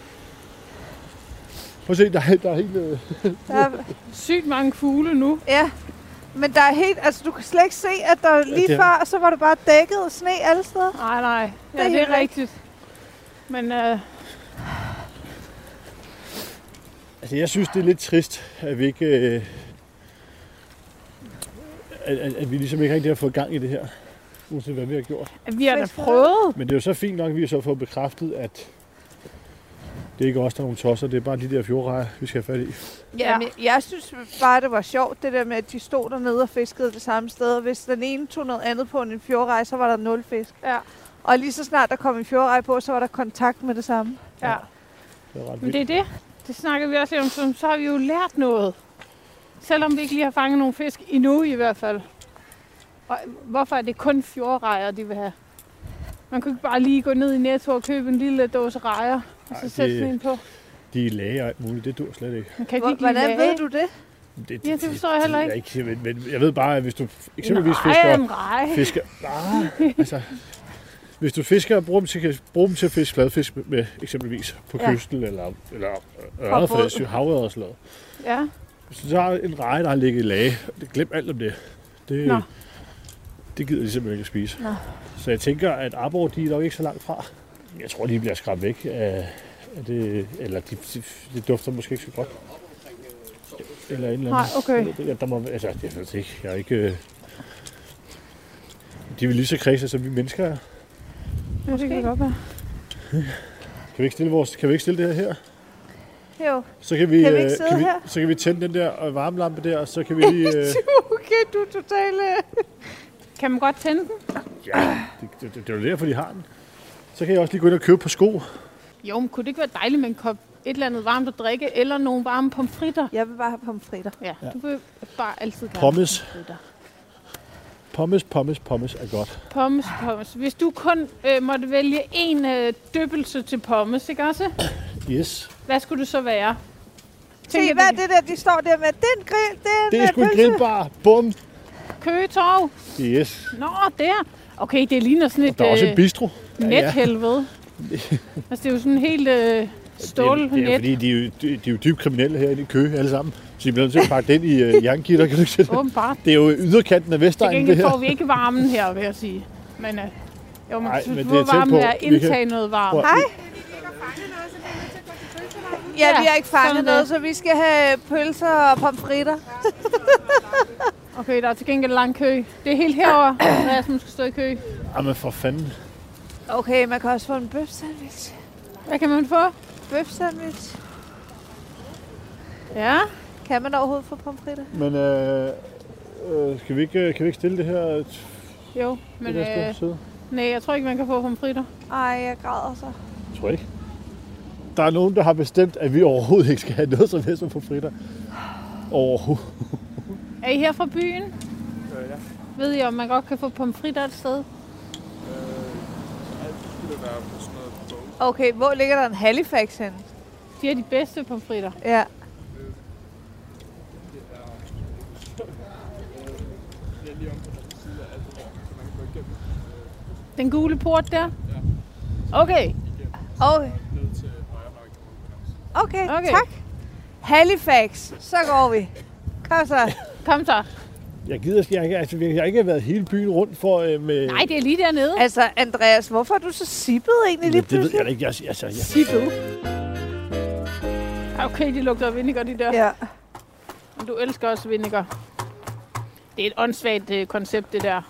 Prøv at se, der er, der er helt... Øh... Der er, Sygt mange fugle nu. ja, men der er helt, altså du kan slet ikke se, at der lige det er- før, så var det bare dækket af sne alle steder. Nej, nej. Ja, Det er det er helt rigtigt. Men øh, Altså, jeg synes, det er lidt trist, at vi ikke... Øh... At, at, at vi ligesom ikke rigtig har fået gang i det her. Uanset hvad vi har gjort. vi har da Fedt. prøvet. Men det er jo så fint nok, at vi har så fået bekræftet, at det er ikke os, der er nogle tosser. Det er bare de der fjordrejer, vi skal have fat i. Ja, Ja. men jeg synes bare, det var sjovt, det der med, at de stod dernede og fiskede det samme sted. Og hvis den ene tog noget andet på end en fjordrej, så var der nul fisk. Ja. Og lige så snart der kom en fjordrej på, så var der kontakt med det samme. Ja. Det er ret Men vildt. det er det. Det snakker vi også lidt om, så, så har vi jo lært noget. Selvom vi ikke lige har fanget nogle fisk endnu i hvert fald. Og hvorfor er det kun fjordrejer, de vil have? Man kunne ikke bare lige gå ned i Netto og købe en lille dåse rejer, og så Ej, sætte det- sådan en på. De er lage og alt muligt. Det dur slet ikke. Man kan Hvor, ikke lige hvordan lage. ved du det? Det, Ja, det forstår jeg heller ikke. ikke men, men jeg ved bare, at hvis du eksempelvis Nej, fisker... en reje. fisker ah, altså, hvis du fisker og bruger dem til, bruger dem til at fiske fladfisk med, med eksempelvis på Ja. kysten, eller, eller ørred for båd. det, syge havørred og sådan noget. Ja. Hvis du tager en reje, der har ligget i lage, glem alt om det. Det, Nå. det gider de simpelthen ikke at spise. Nå. Så jeg tænker, at arbor, de er nok ikke så langt fra. Jeg tror, de bliver skræmt væk af, af det, eller de, de, de dufter måske ikke så godt. Eller en eller Nej, anden. okay. Jeg ved, ja, der må, altså, det ved jeg ikke. Jeg er ikke... øh, De vil lige så kredse, som vi mennesker er. Ja, det kan godt være. Kan vi ikke stille, vores, kan vi ikke stille det her her? Jo. Så kan vi, Kan vi ikke øh, sidde kan vi, her? så kan vi tænde den der øh, varmelampe der, og så kan vi lige... Øh, Okay, du er totalt... øh, Kan man godt tænde den? ja, det, det, det, det er jo derfor, de har den. Så kan jeg også lige gå ind og købe på sko. Jo, men kunne det ikke være dejligt med en kop et eller andet varmt at drikke, eller nogle varme pomfritter? Jeg vil bare have pomfritter. Ja, du vil bare altid gerne Pommes. have pomfritter. Pommes, pommes, pommes er godt. Pommes, pommes. Hvis du kun øh, måtte vælge en øh, dyppelse til pommes, ikke også? Yes. Hvad skulle det så være? Se, Tænker hvad er du- det der, de står der med? Det er en grill, det er en Det er øh, sgu en pølse. grillbar. Bum. Køgetorv? Yes. Nå, der. Okay, det ligner sådan et Der er også en øh, bistro. nethelvede. Altså, det er jo sådan helt øh, stålnet. Det er, det er fordi, de er, jo, de, de er jo dybt kriminelle herinde i Køge alle sammen. Så de bliver nødt til at pakke den i uh, jerngitter, kan du ikke se det? Åbenbart. Det er jo yderkanten af Til Vestegnen, det gengæld her. får vi ikke varmen her, vil jeg sige. Men øh, jo, man Nej, kan men få det er tæt varmen på. ved at Vi kan- indtage noget varme. Prøv- Hej. Ja, Ja, vi har ikke fanget sådan noget, det. så vi skal have pølser og pomfritter. Okay, der er til gengæld lang kø. Det er helt herover, Rasmus skal stå i kø. Jamen for fanden. Okay, man kan også få en bøf sandwich. Hvad kan man få? Bøf sandwich. Ja. Kan man overhovedet få pomfritter? Men øh, øh, skal vi ikke, kan vi ikke stille det her et, Jo, men et øh, øh, sted? nej, jeg tror ikke, man kan få pomfritter. Ej, jeg græder så. Jeg tror ikke. Der er nogen, der har bestemt, at vi overhovedet ikke skal have noget som helst på fritter. Overhovedet. Er I her fra byen? Ja. Ved I, om man godt kan få pomfritter et sted? Okay, hvor ligger der en Halifax henne? De er de bedste pomfritter. Ja. Den gule port der? Okay. Okay. Okay, Okay. tak. Halifax, så går vi. Kom så. Kom så. Jeg gider jeg, jeg, altså, jeg har ikke været hele byen rundt for øh, med... Nej, det er lige dernede. Altså, Andreas, hvorfor er du så sippet egentlig lige Men det ved pludselig? jeg da ikke. Jeg, altså, jeg, Sippet. Okay, de lugter af vinegar, de der. Ja. Men du elsker også vinegar. Det er et åndssvagt øh, koncept, det der.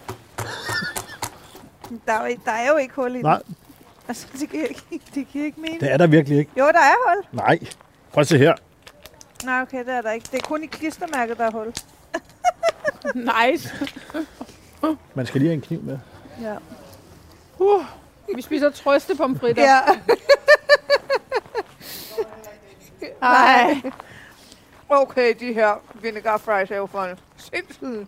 Der er, jo, der er jo ikke hul i den. Nej, Altså, det giver ikke, det giver ikke mening. det er der virkelig ikke. Jo, der er hul. Nej. Prøv at se her. Nej, okay, det er der ikke. Det er kun i klistermærket, der er hul. Nice. Man skal lige have en kniv med. Ja. Uh, vi spiser trøstepomfritter. Ja. Ej. Okay, de her vinegar fries er jo for en sindssygt.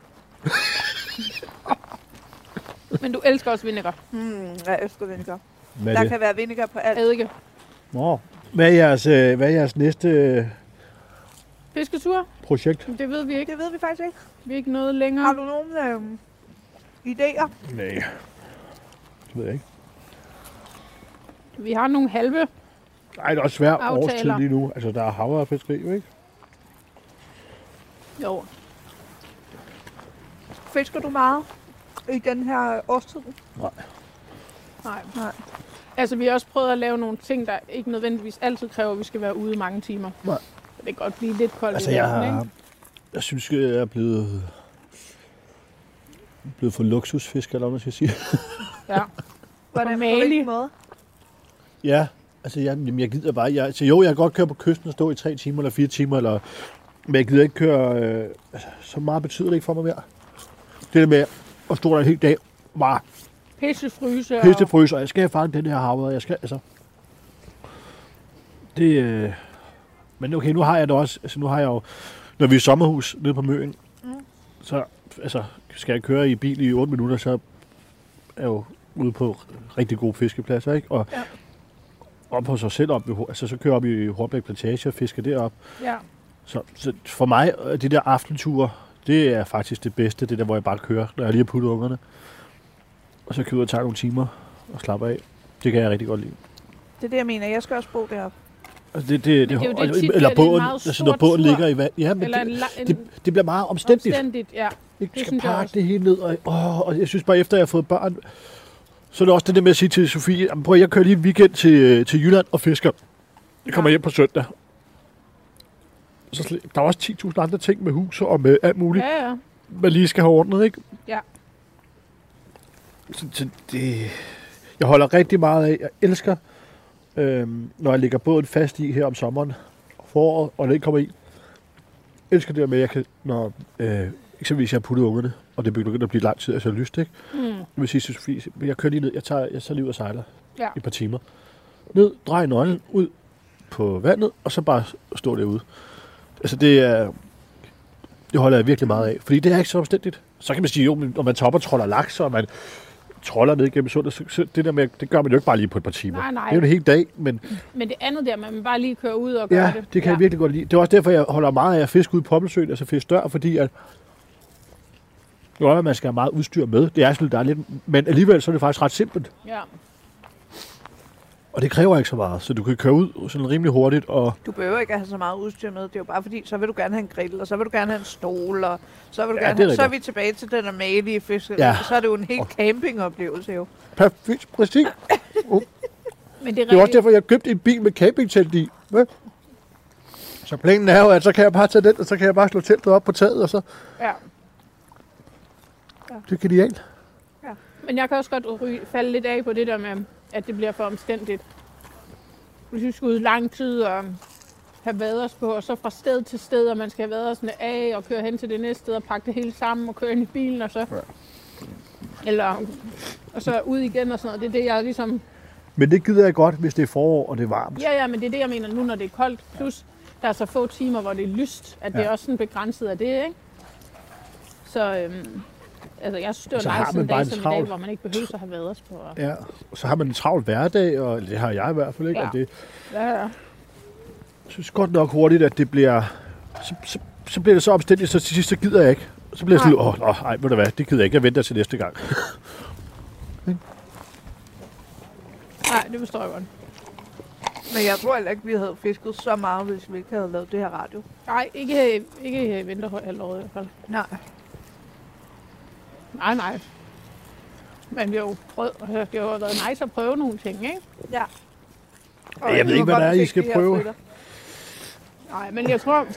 Men du elsker også vinegar. Hmm, jeg elsker vinegar. Hvad er Der det? kan være vinegar på alt. Eddike. Nå. Hvad er jeres, øh, hvad er jeres næste øh, Fisketur? Projekt. Det ved vi ikke. Det ved vi faktisk ikke. Vi er ikke noget længere. Har du nogle øh, idéer? Nej. Det ved jeg ikke. Vi har nogle halve. Ej, det er også svært Aftaler. årstid lige nu. Altså, der er hav og fiskeri, jo ikke? Jo. Fisker du meget i den her årstid? Nej. Nej. Nej. Altså, vi har også prøvet at lave nogle ting, der ikke nødvendigvis altid kræver, at vi skal være ude i mange timer. Nej. Det kan godt blive lidt koldt Altså, i jeg, verden, har, ikke? jeg synes, jeg er blevet, blevet for luksusfisk, eller hvad man skal sige. Ja. Hvordan på Mali. hvilken måde? Ja, altså, jeg, jamen, jeg gider bare... Jeg, altså, jo, jeg kan godt køre på kysten og stå i tre timer eller fire timer, eller, men jeg gider ikke køre... Øh, altså, så meget betyder det ikke for mig mere. Det der med at stå der en hel dag, bare Pissefryse. pissefryse, og jeg skal fange den her hav, og jeg skal... Altså, det... Øh, men okay, nu har jeg det også... Altså, nu har jeg jo... Når vi er i sommerhus nede på Møen, mm. så altså, skal jeg køre i bil i otte minutter, så er jeg jo ude på rigtig gode fiskepladser, ikke? Og ja. op på sig selv op, altså så kører jeg op i Hårbæk Plantage og fisker derop. Ja. Så, så for mig, de der aftenture, det er faktisk det bedste, det der, hvor jeg bare kører, når jeg lige har puttet ungerne. Og så kører jeg ud og tager nogle timer og slapper af. Det kan jeg rigtig godt lide. Det er det, jeg mener. Jeg skal også bo deroppe. Altså det, det, det, det er jo det det tit, eller det er båden, en altså når båden tur. ligger i vand. Ja, men Eller det, en la- en det, det bliver meget omstændigt. Omstændigt, ja. Jeg Det skal synes jeg pakke også. det hele ned, og, åh, og jeg synes bare, efter jeg har fået børn, så er det også det der med at sige til Sofie, prøv at jeg kører lige en weekend til, til Jylland og fisker. Jeg kommer ja. hjem på søndag. Så sl- der er også ti tusind andre ting med hus og med alt muligt, Ja, ja. man lige skal have ordnet, ikke? Ja. Så, så det, jeg holder rigtig meget af, jeg elsker, øhm, når jeg lægger båden fast i her om sommeren, foråret, og den ikke kommer i. Jeg elsker det der med, at jeg kan, når øh, eksempelvis jeg har puttet ungerne, og det begynder at blive lang tid, altså lyst, ikke? Mm. Jeg vil sige til Sofie, jeg kører lige ned, jeg tager, jeg tager lige ud og sejler Ja. i et par timer. Ned, drej nøglen ud på vandet, og så bare stå derude. Altså det er, det holder jeg virkelig meget af, fordi det er ikke så omstændigt. Så kan man sige, jo, men når man topper troller laks, og man troller ned gennem sundet, så, så det der med, det gør man jo ikke bare lige på et par timer. Nej, nej. Det er jo en hel dag, men Men det andet der, man bare lige kører ud og gør ja, det. det kan ja. jeg virkelig godt lide. Det er også derfor, jeg holder meget af at fiske ude i Pommelsøen, altså fiske dør, fordi at jo, at man skal have meget udstyr med. Det er selvfølgelig der er lidt, men alligevel så er det faktisk ret simpelt. Ja. Og det kræver ikke så meget, så du kan køre ud sådan rimelig hurtigt. Og Du behøver ikke at have så meget udstyr med. Det er jo bare fordi, så vil du gerne have en grill, og så vil du gerne have en stol, og så vil du Ja, gerne det er have, så er rigtigt. vi tilbage til den normalige fiskeri. Ja. Så er det jo en helt campingoplevelse jo. perfekt, præcis. Men det er, Det er også rigtig, derfor, jeg købte en bil med campingtelt i. Hvad? Så planen er jo, at så kan jeg bare tage den, og så kan jeg bare slå teltet op på taget, og så ja. det er genialt. Men jeg kan også godt ryge, falde lidt af på det der med, at det bliver for omstændigt. Hvis vi skal ud lang tid og have vaders på, og så fra sted til sted, og man skal have vadersne af og køre hen til det næste sted og pakke det hele sammen og køre ind i bilen og så... Ja. Eller... Og så ud igen og sådan noget. Det er det, jeg ligesom... Men det gider jeg godt, hvis det er forår, og det er varmt. Ja, ja, men det er det, jeg mener nu, når det er koldt. Plus, der er så få timer, hvor det er lyst, at ja. det er også sådan begrænset af det, ikke? Så... Øhm, altså, jeg synes, det Så var har nice man en bare dag en som i travl- dag, hvor man ikke behøver at have vaders på. Og... Ja, og så har man en travl hverdag, og det har jeg i hvert fald ikke. Ja. Og det, Ja, ja. jeg synes godt nok hurtigt, at det bliver... Så, så, så bliver det så omstændigt, så til sidst, så gider jeg ikke. Så bliver jeg sådan lidt, åh, oh, nej, ved du hvad, det gider jeg ikke. Jeg venter til næste gang. Nej, det forstår jeg godt. Men jeg tror heller ikke, vi havde fisket så meget, hvis vi ikke havde lavet det her radio. Nej, ikke, ikke i vinterhalvåret i hvert fald. Nej. Nej, nej. Men vi har jo prøvet, det har jo været nice at prøve nogle ting, ikke? Ja. Jeg ved ikke, hvad det er, I skal prøve. Nej, men jeg tror,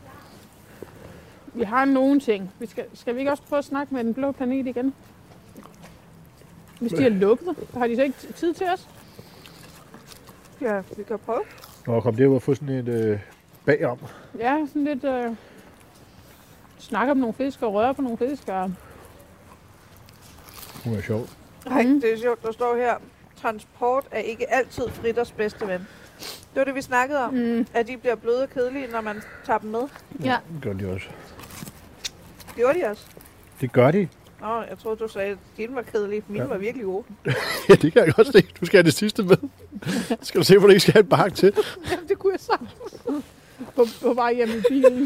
vi har nogle ting. Vi skal, skal vi ikke også prøve at snakke med Den Blå Planet igen? Hvis de er lukket, har de så ikke tid til os? Ja, vi kan prøve. Nå, kom det jo at få sådan et øh, bagom. Ja, sådan lidt... Øh, snakke om nogle fisk og røre på nogle fisk. Og... Det er sjovt. Nej, Mhm. det er sjovt, der står her. Transport er ikke altid fritters bedste ven. Det var det, vi snakkede om. Mm, At de bliver bløde og kedelige, når man tager dem med. ja. Det gør de også. Gjorde de også? Det gør de. Nå, jeg troede, du sagde, at dine var kedelige. Mine Ja. var virkelig gode. Ja, det kan jeg godt se. Du skal have det sidste med. Skal du se, hvor du ikke skal have en bakke til? Jamen, det kunne jeg sagtens. på, på vej hjem i bilen.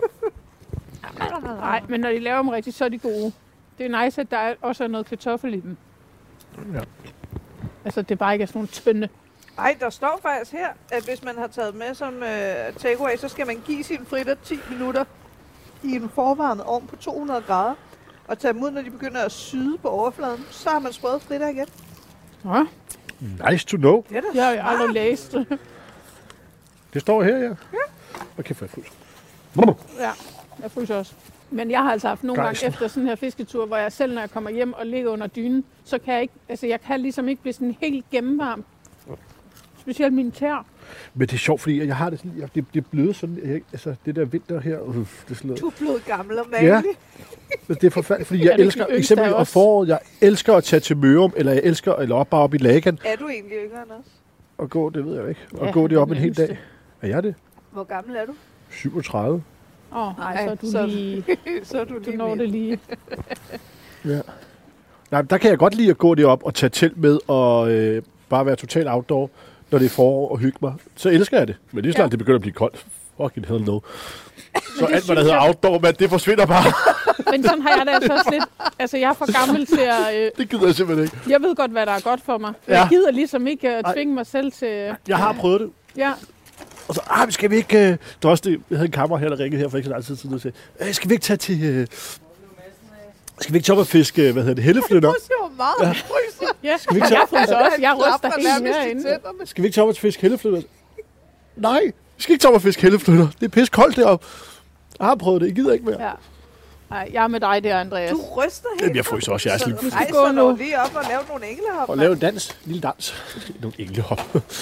Nej, men når de laver dem rigtigt, så er de gode. Det er nice, at der også er noget kartoffel i dem. Ja. Altså, det er bare ikke sådan nogle tynde. Ej, der står faktisk her, at hvis man har taget med som øh, takeaway, så skal man give sine fritter ti minutter i en forvarmet ovn på to hundrede grader. Og tage dem ud, når de begynder at syde på overfladen. Så har man sprøget fritter igen. Ja. Nice to know. Det er da Jeg har jo aldrig læst det. Det står her, ja. Ja. Okay, for jeg fryser. Ja, jeg fryser også. Men jeg har altså haft nogle Gejsen. gange efter sådan her fisketur, hvor jeg selv, når jeg kommer hjem og ligger under dynen, så kan jeg ikke, altså jeg kan ligesom ikke blive sådan helt gennemvarm. Specielt mine tæer. Men det er sjovt, fordi jeg har det sådan, jeg, det, det er blevet sådan, jeg, altså det der vinter her, uh, det er sådan noget. Du er blevet gammel og Ja. mandlig. Det er forfærdeligt, fordi jeg Er du elsker, ikke den yngste eksempelvis af om os? foråret, jeg elsker at tage til Mørum, eller jeg elsker, eller op bare op i Lagan, Er du egentlig yngre end os? og gå, det ved jeg jo ikke, og Ja, gå det op den en hel yngste. dag. Er jeg det? Hvor gammel er du? syvogtredive. Åh, oh, nej, Ej, så er du så- lige, Så er du du lige når midt. det lige. Ja. Nej, der kan jeg godt lide at gå derop og tage telt med, og øh, bare være total outdoor, når det er forår og hygge mig. Så elsker jeg det. Men lige snart Ja. det begynder at blive koldt. Fucking hell no. Så det alt, hvad der synes hedder jeg- outdoor, man, det forsvinder bare. Men sådan har jeg det altså også lidt. Altså, jeg er for gammel til at... Øh, Det gider jeg simpelthen ikke. jeg ved godt, hvad der er godt for mig. Ja. Jeg gider ligesom ikke at Ej. tvinge mig selv til... Jeg har prøvet det. Ja, Og så, ah, skal vi ikke... Øh, det var også det, jeg havde en kammerat her, der ringede her for ikke så lang tid siden og sagde, øh, skal vi ikke tage til... Øh, skal vi ikke tage op og fiske, øh, hvad hedder det, helleflytter? Det var meget ja. fryser. ja. vi ikke tage- Jeg fryser også. Jeg ryster Klapper helt nærmest i herinde. tænderne. Skal vi ikke tage op og fiske helleflytter? Nej, vi skal ikke tage op og fiske helleflytter. Det er pisse koldt deroppe. Jeg har prøvet det, jeg gider ikke mere. Ja. Nej, jeg er med dig der, Andreas. Du ryster helt. Jamen, jeg fryser også, jeg er sådan Så skal gå rejser nu. du lige op og lave nogle englehop. Og lave en dans. En lille dans. Nogle englehop.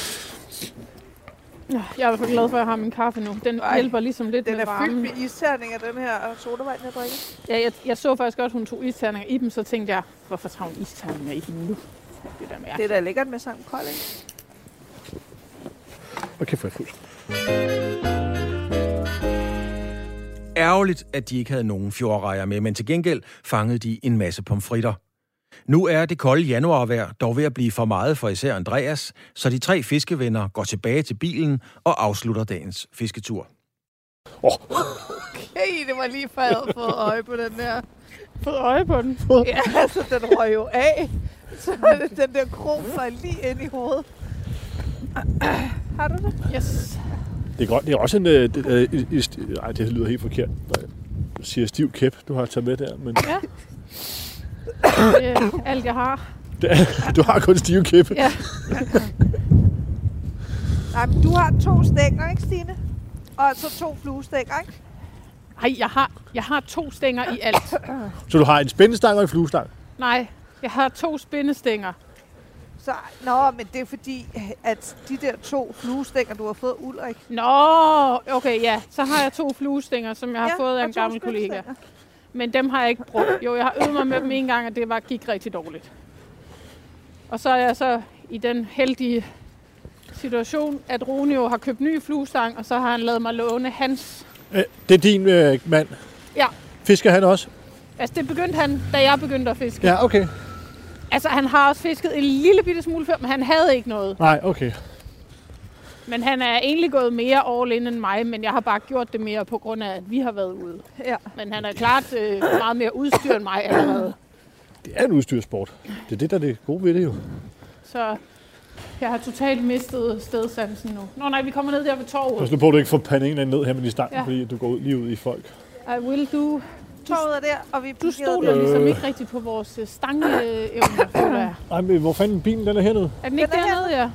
Ja, jeg er i hvert fald glad for, at jeg har min kaffe nu. Den Ej, hjælper ligesom lidt Den med er fyldt varmen. med isterninger, den her sodavand, jeg drikker. Ja, jeg, jeg så faktisk godt, at hun tog isterninger i dem, så tænkte jeg, hvorfor tager hun isterninger i dem nu? Det der med Det er da lækkert med sådan en kold, ikke? Okay, for jeg fryser. Ærgerligt, at de ikke havde nogen fjordrejer med, men til gengæld fangede de en masse pomfritter. Nu er det kolde januarvejr dog ved at blive for meget for især Andreas, så de tre fiskevenner går tilbage til bilen og afslutter dagens fisketur. Hey, det var lige før, jeg havde fået øje på den der. fået øje på den. Ja, altså, den røg jo af. Så den der krog faldt lige ind i hovedet. Har du det? Yes. Det er, godt. Det er også en... Øh, det, øh, st- ej, det lyder helt forkert. Nej, jeg siger stiv kæp, du har taget med der. Men Ja. Det er alt, jeg har. det er, du har kun stiv kæp. Ja. Nej, men du har to stænger, ikke, Stine? Og så to fluestænger, ikke? Ej, jeg har, jeg har to stænger i alt. Så du har en spændestang og en fluestang. Nej, jeg har to spændestænger. Så, nå, men det er fordi, at de der to fluestænger, du har fået af Ulrik. Nå, okay, ja. Så har jeg to fluestænger, som jeg har Ja, fået af og en to gammel kollega. spændestænger. Men dem har jeg ikke brugt. Jo, jeg har øvet mig med dem en gang, og det var, gik rigtig dårligt. Og så er jeg så i den heldige situation, at Rune jo har købt ny fluestang, og så har han lavet mig låne hans. Øh, det er din øh, mand. Ja. Fisker han også? Altså, det begyndte han, da jeg begyndte at fiske. Ja, okay. Altså, han har også fisket en lille bitte smule før, men han havde ikke noget. Nej, okay. Men han er egentlig gået mere all in end mig, men jeg har bare gjort det mere på grund af, at vi har været ude. Ja. Men han er klart øh, meget mere udstyr end mig allerede. Det er en udstyrsport. Det er det, der er det gode ved det jo. Så jeg har totalt mistet stedsansen nu. Nå nej, vi kommer ned der ved torvet. Pas nu på, at du ikke får pannen ned her med de stangen, Ja. fordi du går ud, lige ud i folk. I will do. Toget er der, og vi Du stoler Øh. ligesom ikke rigtigt på vores øh, stangeevner, føler jeg. Nej, men hvor fanden bilen den er hernede? Er den ikke Den er dernede, ja?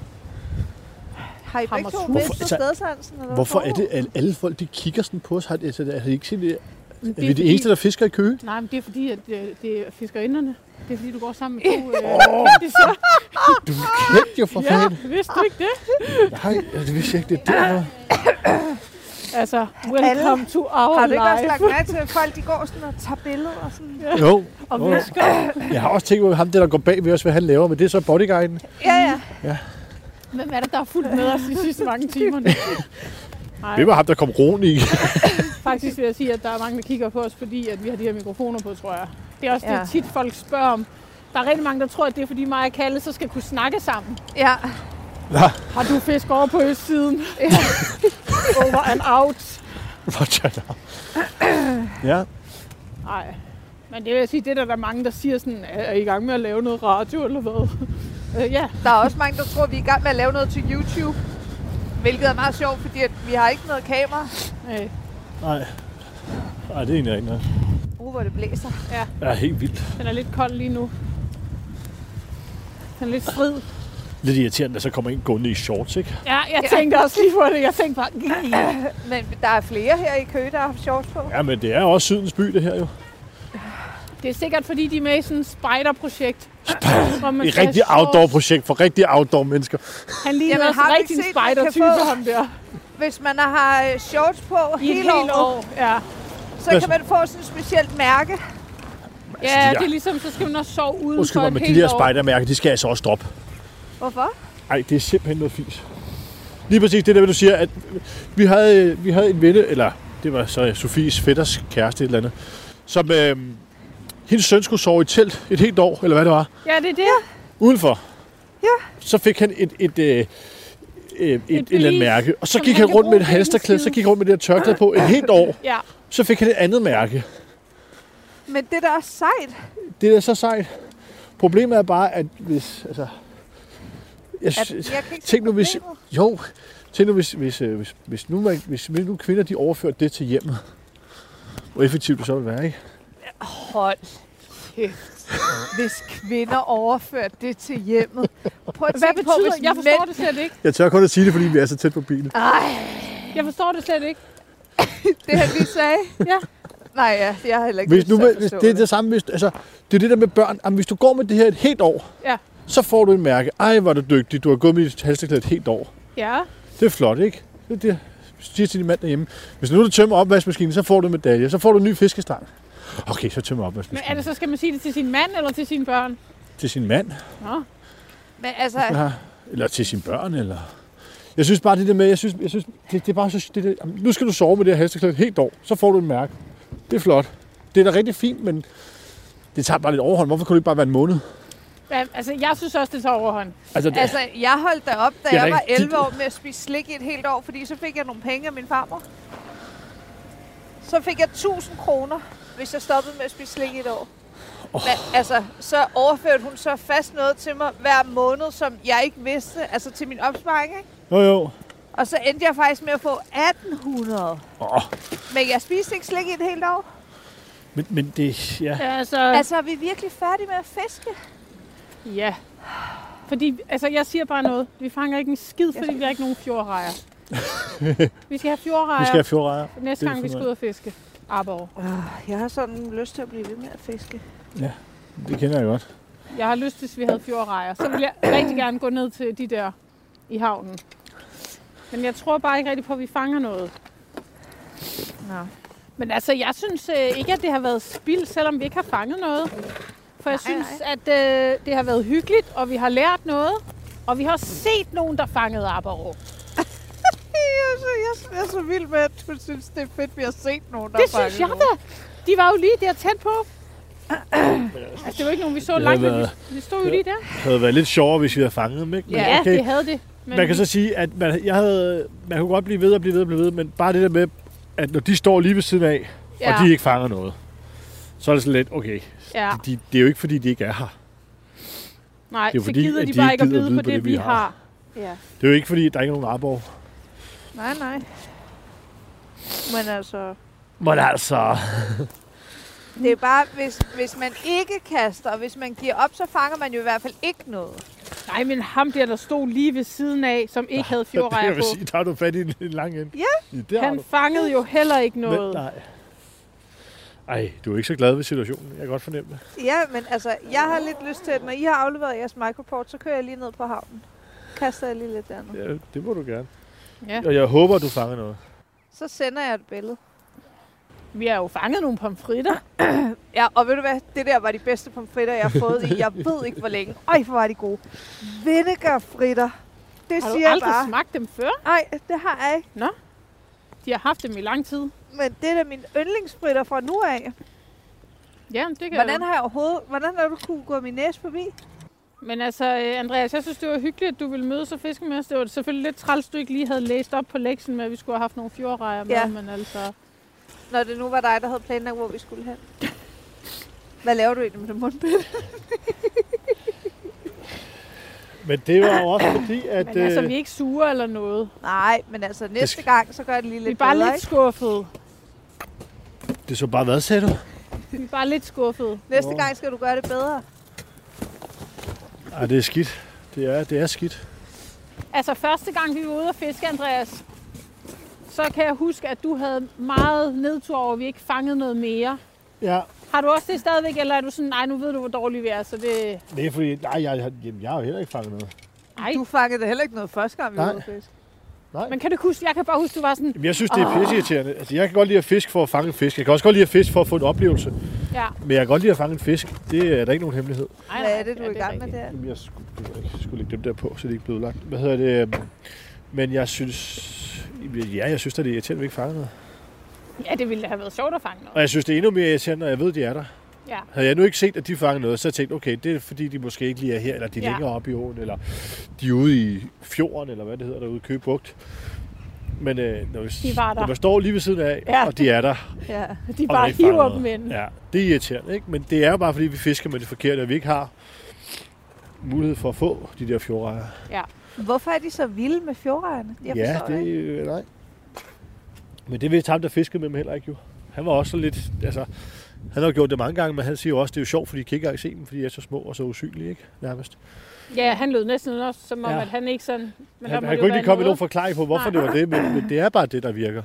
Har I begge to Hammershus. mistet Altså, stedsansen? Eller Hvorfor hvad? er det, at alle folk de kigger sådan på os? Har, altså, har de ikke set det? Men Er vi de eneste, der fisker i Køge? Nej, men det er fordi, at øh, det er fiskerinderne. Det er fordi, du går sammen med to øh, kendisser. Du er kendt jo for Ja, fanden. vidste du ikke det? Nej, det vidste jeg ikke. Det er derfor. Altså, welcome to our Har du ikke også life. lagt mærke til, at folk de går sådan og tager billeder og sådan? Jo. Og Åh. visker. Jeg har også tænkt på ham, der, der går bag ved os, hvad han laver, men det er så bodyguiden. Ja, ja. Hvem er det, der har fulgt med os de sidste mange timer? Nej, Det var ham, der kom roen i. faktisk vil jeg sige, at der er mange, der kigger på os, fordi at vi har de her mikrofoner på, tror jeg. Det er også Ja. det, tit folk spørger om. Der er rigtig mange, der tror, at det er, fordi mig og Kalle så skal kunne snakke sammen. Ja. Har du fisk over på østsiden? Over and out. Watch it out. Ja. Nej. Men det vil jeg sige, det er der, der er mange, der siger sådan, er I i gang med at lave noget radio, eller hvad? Uh, ja. Der er også mange, der tror, at vi er i gang med at lave noget til YouTube. Hvilket er meget sjovt, fordi at vi har ikke noget kamera. Nej. Nej. Nej, det er egentlig ikke noget. Uh, hvor det blæser. Ja. Ja, helt vildt. Den er lidt kold lige nu. Den er lidt frid. Lidt irriterende, at så kommer en gående i shorts, ikke? Ja, jeg tænkte også lige på det. Jeg tænkte bare... Men der er flere her i Køge, der har haft shorts på. Ja, men det er også Sydens by, det her jo. Det er sikkert, fordi de er med i sådan et spider-projekt. Et rigtigt outdoor-projekt for rigtige outdoor-mennesker. Han ligner Jamen, også har du rigtig en ikke set, man kan spider-type, få- ham der. Hvis man har øh, shorts på I et hele helt året, år. Ja. så kan man få sådan et specielt mærke. Ja, de det der- er ligesom, så skal man også sove uden Undskyld for mig, et men de helt der år. spidermærker, de skal altså også droppe. Hvorfor? Ej, det er simpelthen noget fis. Lige præcis det der, du siger, at vi havde, vi havde en venne, eller det var så Sofies fætters kæreste et eller andet, som øh, hendes søn skulle sove i telt et helt år, eller hvad det var, Ja, det er det. udenfor. Ja. Så fik han et, et, et, et, et, et eller andet bevis, mærke, og så som gik han han kan rundt med bruge et til en halsterklæde, så skid. gik han rundt med det her tørklæde på et helt år. Ja. Så fik han et andet mærke. Men det er da også sejt. Det er da så sejt. Problemet er bare, at hvis... Altså, jeg, At, jeg kan ikke tænk se nu, hvis... problemet. Jo, tænk nu, hvis, hvis, øh, hvis, hvis, nu, man- hvis, hvis nu kvinder de overfører det til hjemmet. Hvor effektivt det så vil være, ikke? Hold kæft. Hvis kvinder overfører det til hjemmet. Prøv at Hvad tænke på, betyder hvis det? Jeg forstår mænd... det slet ikke. Jeg tør kun at sige det, fordi vi er så tæt på bilen. Ej, Jeg forstår det slet ikke. det han lige sagde. Ja. Nej, ja, jeg har heller ikke Hvis lyst nu, til at hvis, forstå det er det samme, hvis, altså, det er det der med børn. Jamen, hvis du går med det her et helt år, Ja. så får du en mærke. Ej, hvor er du dygtig. Du har gået med dit halsterklæde et helt år. Ja. Det er flot, ikke? Det er det, siger til din mand derhjemme. Hvis nu du tømmer opvaskemaskinen, så får du en medalje. Så får du en ny fiskestang. Okay, så tømmer Men opvaskemaskinen. er det så, skal man sige det til sin mand eller til sine børn? Til sin mand. Nå. Men altså, Ja. Eller til sine børn, eller... Jeg synes bare det der med, jeg synes, jeg synes det, det er bare så... Det, det, jamen, nu skal du sove med det her halsterklæde et helt år, så får du en mærke. Det er flot. Det er da rigtig fint, men det tager bare lidt overhånd. Hvorfor kunne det ikke bare være en måned? Ja, altså, jeg synes også, det tager overhånd. Altså, det, altså, jeg holdt da op, da Ja, jeg var rigtig. elleve år med at spise slik i et helt år, fordi så fik jeg nogle penge af min farmor. Så fik jeg tusind kroner, hvis jeg stoppede med at spise slik i et år. Oh. Men altså, så overførte hun så fast noget til mig hver måned, som jeg ikke vidste, altså til min opsparing, ikke? Jo, jo. Og så endte jeg faktisk med at få atten hundrede. Oh. Men jeg spiste ikke slik i et helt år. Men, men det... Ja. Ja, altså, Altså, er vi virkelig færdige med at fiske? ja. Fordi, altså, jeg siger bare noget. Vi fanger ikke en skid, fordi vi har ikke nogen fjordrejer. Vi skal have fjordrejer Vi skal have fjordrejer. næste Det er gang, vi for skal mig. ud og fiske. Arbor. Jeg har sådan lyst til at blive ved med at fiske. Det kender jeg godt. Jeg har lyst, hvis vi havde fjordrejer. Så vil jeg rigtig gerne gå ned til de der i havnen. Men jeg tror bare ikke rigtig på, at vi fanger noget. Nå. Men altså, jeg synes øh, ikke, at det har været spild, selvom vi ikke har fanget noget. For jeg Nej, synes, at øh, det har været hyggeligt, og vi har lært noget. Og vi har set nogen, der fangede arbor. Jeg er, så, jeg er så vild med, at du synes, det er fedt, vi har set nogen, der Det har synes jeg fanget da. De var jo lige der tæt på. Altså, det var ikke nogen, vi så Det langt, havde men været- vi, vi stod jo lige der. Det havde været lidt sjovere, hvis vi havde fanget dem, ikke? Men Ja, okay. det havde det. Men Man kan så sige, at man, jeg havde, man kunne godt blive ved og blive ved og blive ved, men bare det der med, at når de står lige ved siden af, ja, og de ikke fanger noget, så er det sådan lidt, okay, ja. de, det er jo ikke fordi, de ikke er her. Nej, det er jo så fordi, gider at de de bare ikke ikke at gider byde på det, vi har. Ja. Det er jo ikke fordi, der ikke er nogen arbor. Nej, nej. Men altså, Men altså... det er bare, hvis, hvis man ikke kaster, og hvis man giver op, så fanger man jo i hvert fald ikke noget. Nej, men ham der, der stod lige ved siden af, som ikke havde Det fjordrejer jeg vil på, sige, der har du fat i en, en lang ende. Ja. Det har han du. fangede jo heller ikke Men, noget. nej. Ej, du er ikke så glad ved situationen. Jeg kan godt fornemme det. Ja, men altså, jeg har lidt lyst til, at når I har afleveret jeres microport, så kører jeg lige ned på havnen. Kaster jeg lige lidt dernede. Ja, det må du gerne. Ja. Og jeg håber, du fanger noget. Så sender jeg et billede. Vi har jo fanget nogle pomfritter. Ja, og ved du hvad? Det der var de bedste pomfritter, jeg har fået i, jeg ved ikke hvor længe. Ej, hvor var de gode. Vinegarfritter. Det Har du siger jeg aldrig bare. smagt dem før? Nej, det har jeg ikke. De har haft dem i lang tid. Men det er da mine yndlingsfritter fra nu af. Ja, det kan Hvordan jo. har jeg overhovedet, hvordan har du kunne gå min næse forbi? Men altså, Andreas, jeg synes, det var hyggeligt, at du ville møde så fiske med os. Det var selvfølgelig lidt træls, du ikke lige havde læst op på lektionen med, at vi skulle have haft nogle fjordrejer med, Ja. men altså... Når det nu var dig, der havde planlagt, hvor vi skulle hen. Hvad laver du egentlig med det mundbind? Men det var jo også fordi, at... Men altså, øh, vi er ikke sure eller noget. Nej, men altså næste gang, så gør det lige lidt Vi er bare bedre, lidt ikke? skuffede. Det så bare, hvad sagde du? Vi er bare lidt skuffede. Næste gang skal du gøre det bedre. Ej, det er skidt. Det er, det er skidt. Altså, første gang vi var ude at fiske, Andreas, så kan jeg huske, at du havde meget nedtur over, at vi ikke fangede noget mere. Ja, Har du også det stadigvæk, eller er du sådan, nej, nu ved du, hvor dårlige vi er, så det... det er fordi... Nej, jeg, jeg, jamen, jeg har jo heller ikke fanget noget. Nej, Du fangede det heller ikke noget første gang, vi var Nej. ude at fiske. Nej. men kan du huske, jeg kan bare huske, du var sådan, Jamen, jeg synes, det er pisseirriterende. Altså, jeg kan godt lide at fiske for at fange en fisk. Jeg kan også godt lide at fiske for at få en oplevelse. ja. Men jeg kan godt lide at fange en fisk. Det er der ikke nogen hemmelighed. Ej, Hvad er det, du ja, er i gang med rigtigt. der? Jamen, jeg skulle, det ved jeg ikke. Jeg skulle lægge dem der på, så de ikke blev udlagt. Hvad hedder det? øhm, Men jeg synes... Ja, jeg synes, at det er irriterende, at vi ikke fanger noget. Ja, det ville have været sjovt at fange noget. Og jeg synes, det er endnu mere irriterende, når jeg ved, at de er der. Ja. Havde jeg nu ikke set, at de fanger noget, så havde jeg tænkt, okay, det er fordi, de måske ikke lige er her, eller de er Ja. længere oppe i åen, eller de er ude i fjorden, eller hvad det hedder, derude i Køge Bugt. Men øh, når, vi, De var der. når man står lige ved siden af, Ja. og de er der, Ja. De og bare der ikke fanger hiver noget. dem ind. Ja, det er irriterende, ikke? Men det er jo bare, fordi vi fisker med det forkerte, og vi ikke har mulighed for at få de der fjordrejer. Ja. Hvorfor er de så vilde med fjordrejerne? Jeg Ja, forstår det ikke. øh, nej. Men det vidste ham, der fiskede med dem heller ikke jo. Han var også lidt, altså, han har gjort det mange gange, men han siger jo også, det er jo sjovt, fordi de kan ikke engang se dem, fordi de er så små og så usynlige, ikke? Nærmest. Ja, han lød næsten også, som om, Ja. at han ikke sådan... Men der Han, må han det kunne jo ikke lige komme med være nogen forklaring på, hvorfor Nej. det var det, men, men det er bare det, der virker.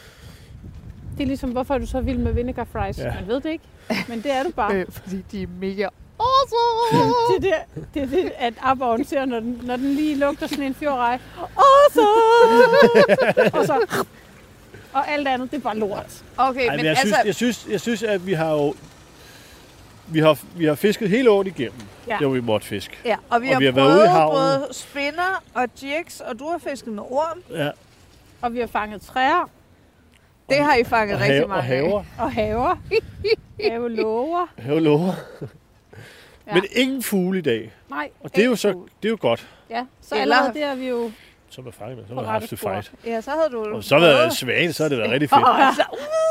Det er ligesom, hvorfor er du så vild med vinegar fries? Ja. Man ved det ikke, men det er du bare. Øh, fordi de er mega Det er det, det, er det at aborren ser, når den, når den lige lugter sådan en fjordrej. Awesome! Og så... Og alt andet, det er bare lort. Okay, Ej, men, men jeg, altså... synes, jeg, synes, jeg synes, at vi har jo... Vi har, vi har fisket hele året igennem, Ja. ja. der vi måtte fiske. Ja, og vi og har, vi har været prøvet ude i havnen. både spinner og jigs, og du har fisket med orm. Ja. Og vi har fanget træer Det har I fanget Og, rigtig have, mange og haver. og haver. Havelåger. Havelover. Ja. Ja. Men ingen fugle i dag. Nej, Og det er jo Ingen så fugle. det er jo godt, ja. Så Eller- allerede der er vi jo... som er fanget med. Så På har vi haft rette det spor. fight. Ja, så havde du... Og så har det været svagt, så har det været rigtig fedt. Og så...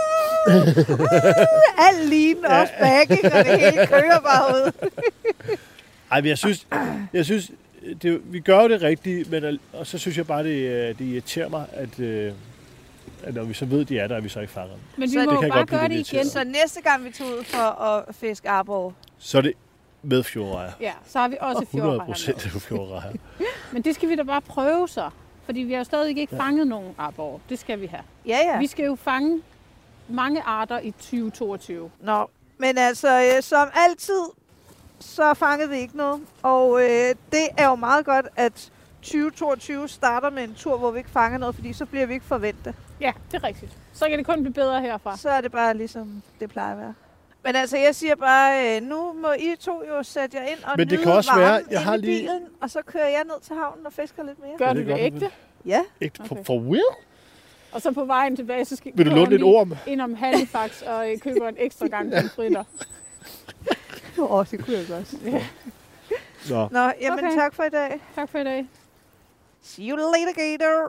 Uh, al linen også backing, og det hele kører bare ud. Ej, men jeg synes, jeg synes det, vi gør jo det rigtige, men al- og så synes jeg bare, det, øh, det irriterer mig, at, øh, at når vi så ved, de er der, at vi så ikke fanger dem. Men Så vi det må kan jo jeg bare godt blive gøre det lidt igen. irriteret. Så næste gang vi tager ud for at fiske arbor, Så er det med fjordrejer. Ja, så har vi også hundrede fjordrejer procent med. fjordrejer. Men det skal vi da bare prøve så. Fordi vi har jo stadig ikke fanget nogen arbor. Det skal vi have. ja ja. Vi skal jo fange mange arter i tyve toogtyve. Nå, men altså, øh, som altid, så fangede vi ikke noget. Og øh, det er jo meget godt, at tyve toogtyve starter med en tur, hvor vi ikke fanger noget, fordi så bliver vi ikke forventet. Ja, det er rigtigt. Så kan det kun blive bedre herfra. Så er det bare ligesom det plejer at være. Men altså, jeg siger bare, øh, nu må I to jo sætte jer ind og Men det nyde kan også varmen være, jeg inde har i lige- bilen, og så kører jeg ned til havnen og fisker lidt mere. Gør Ja, du det det gør du ægte? vel. Ja. Ikke for, Okay. for real? Og så på vejen tilbage, så skal Vil du kører låne lidt lige orm? ind om Halifax og øh, køber en ekstra gang pomfritter. Åh, oh, det kunne jeg godt. Ja. Nå. Nå, jamen Okay. tak for i dag. Tak for i dag. See you later, Gator.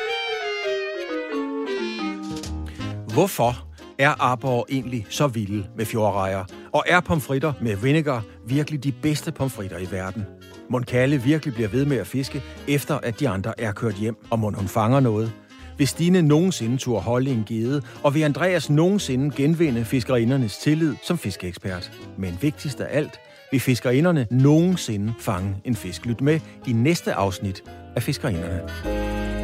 Hvorfor er arbor egentlig så vilde med fjordrejer? Og er pomfritter med vinegar virkelig de bedste pomfritter i verden? Mon Kalle virkelig bliver ved med at fiske, efter at de andre er kørt hjem, og mon hun fanger noget? Vil Stine nogensinde turde holde en gede, og vil Andreas nogensinde genvinde fiskerindernes tillid som fiskeekspert? Men vigtigst af alt, vil fiskerinderne nogensinde fange en fisk? Lyt med i næste afsnit af Fiskerinderne.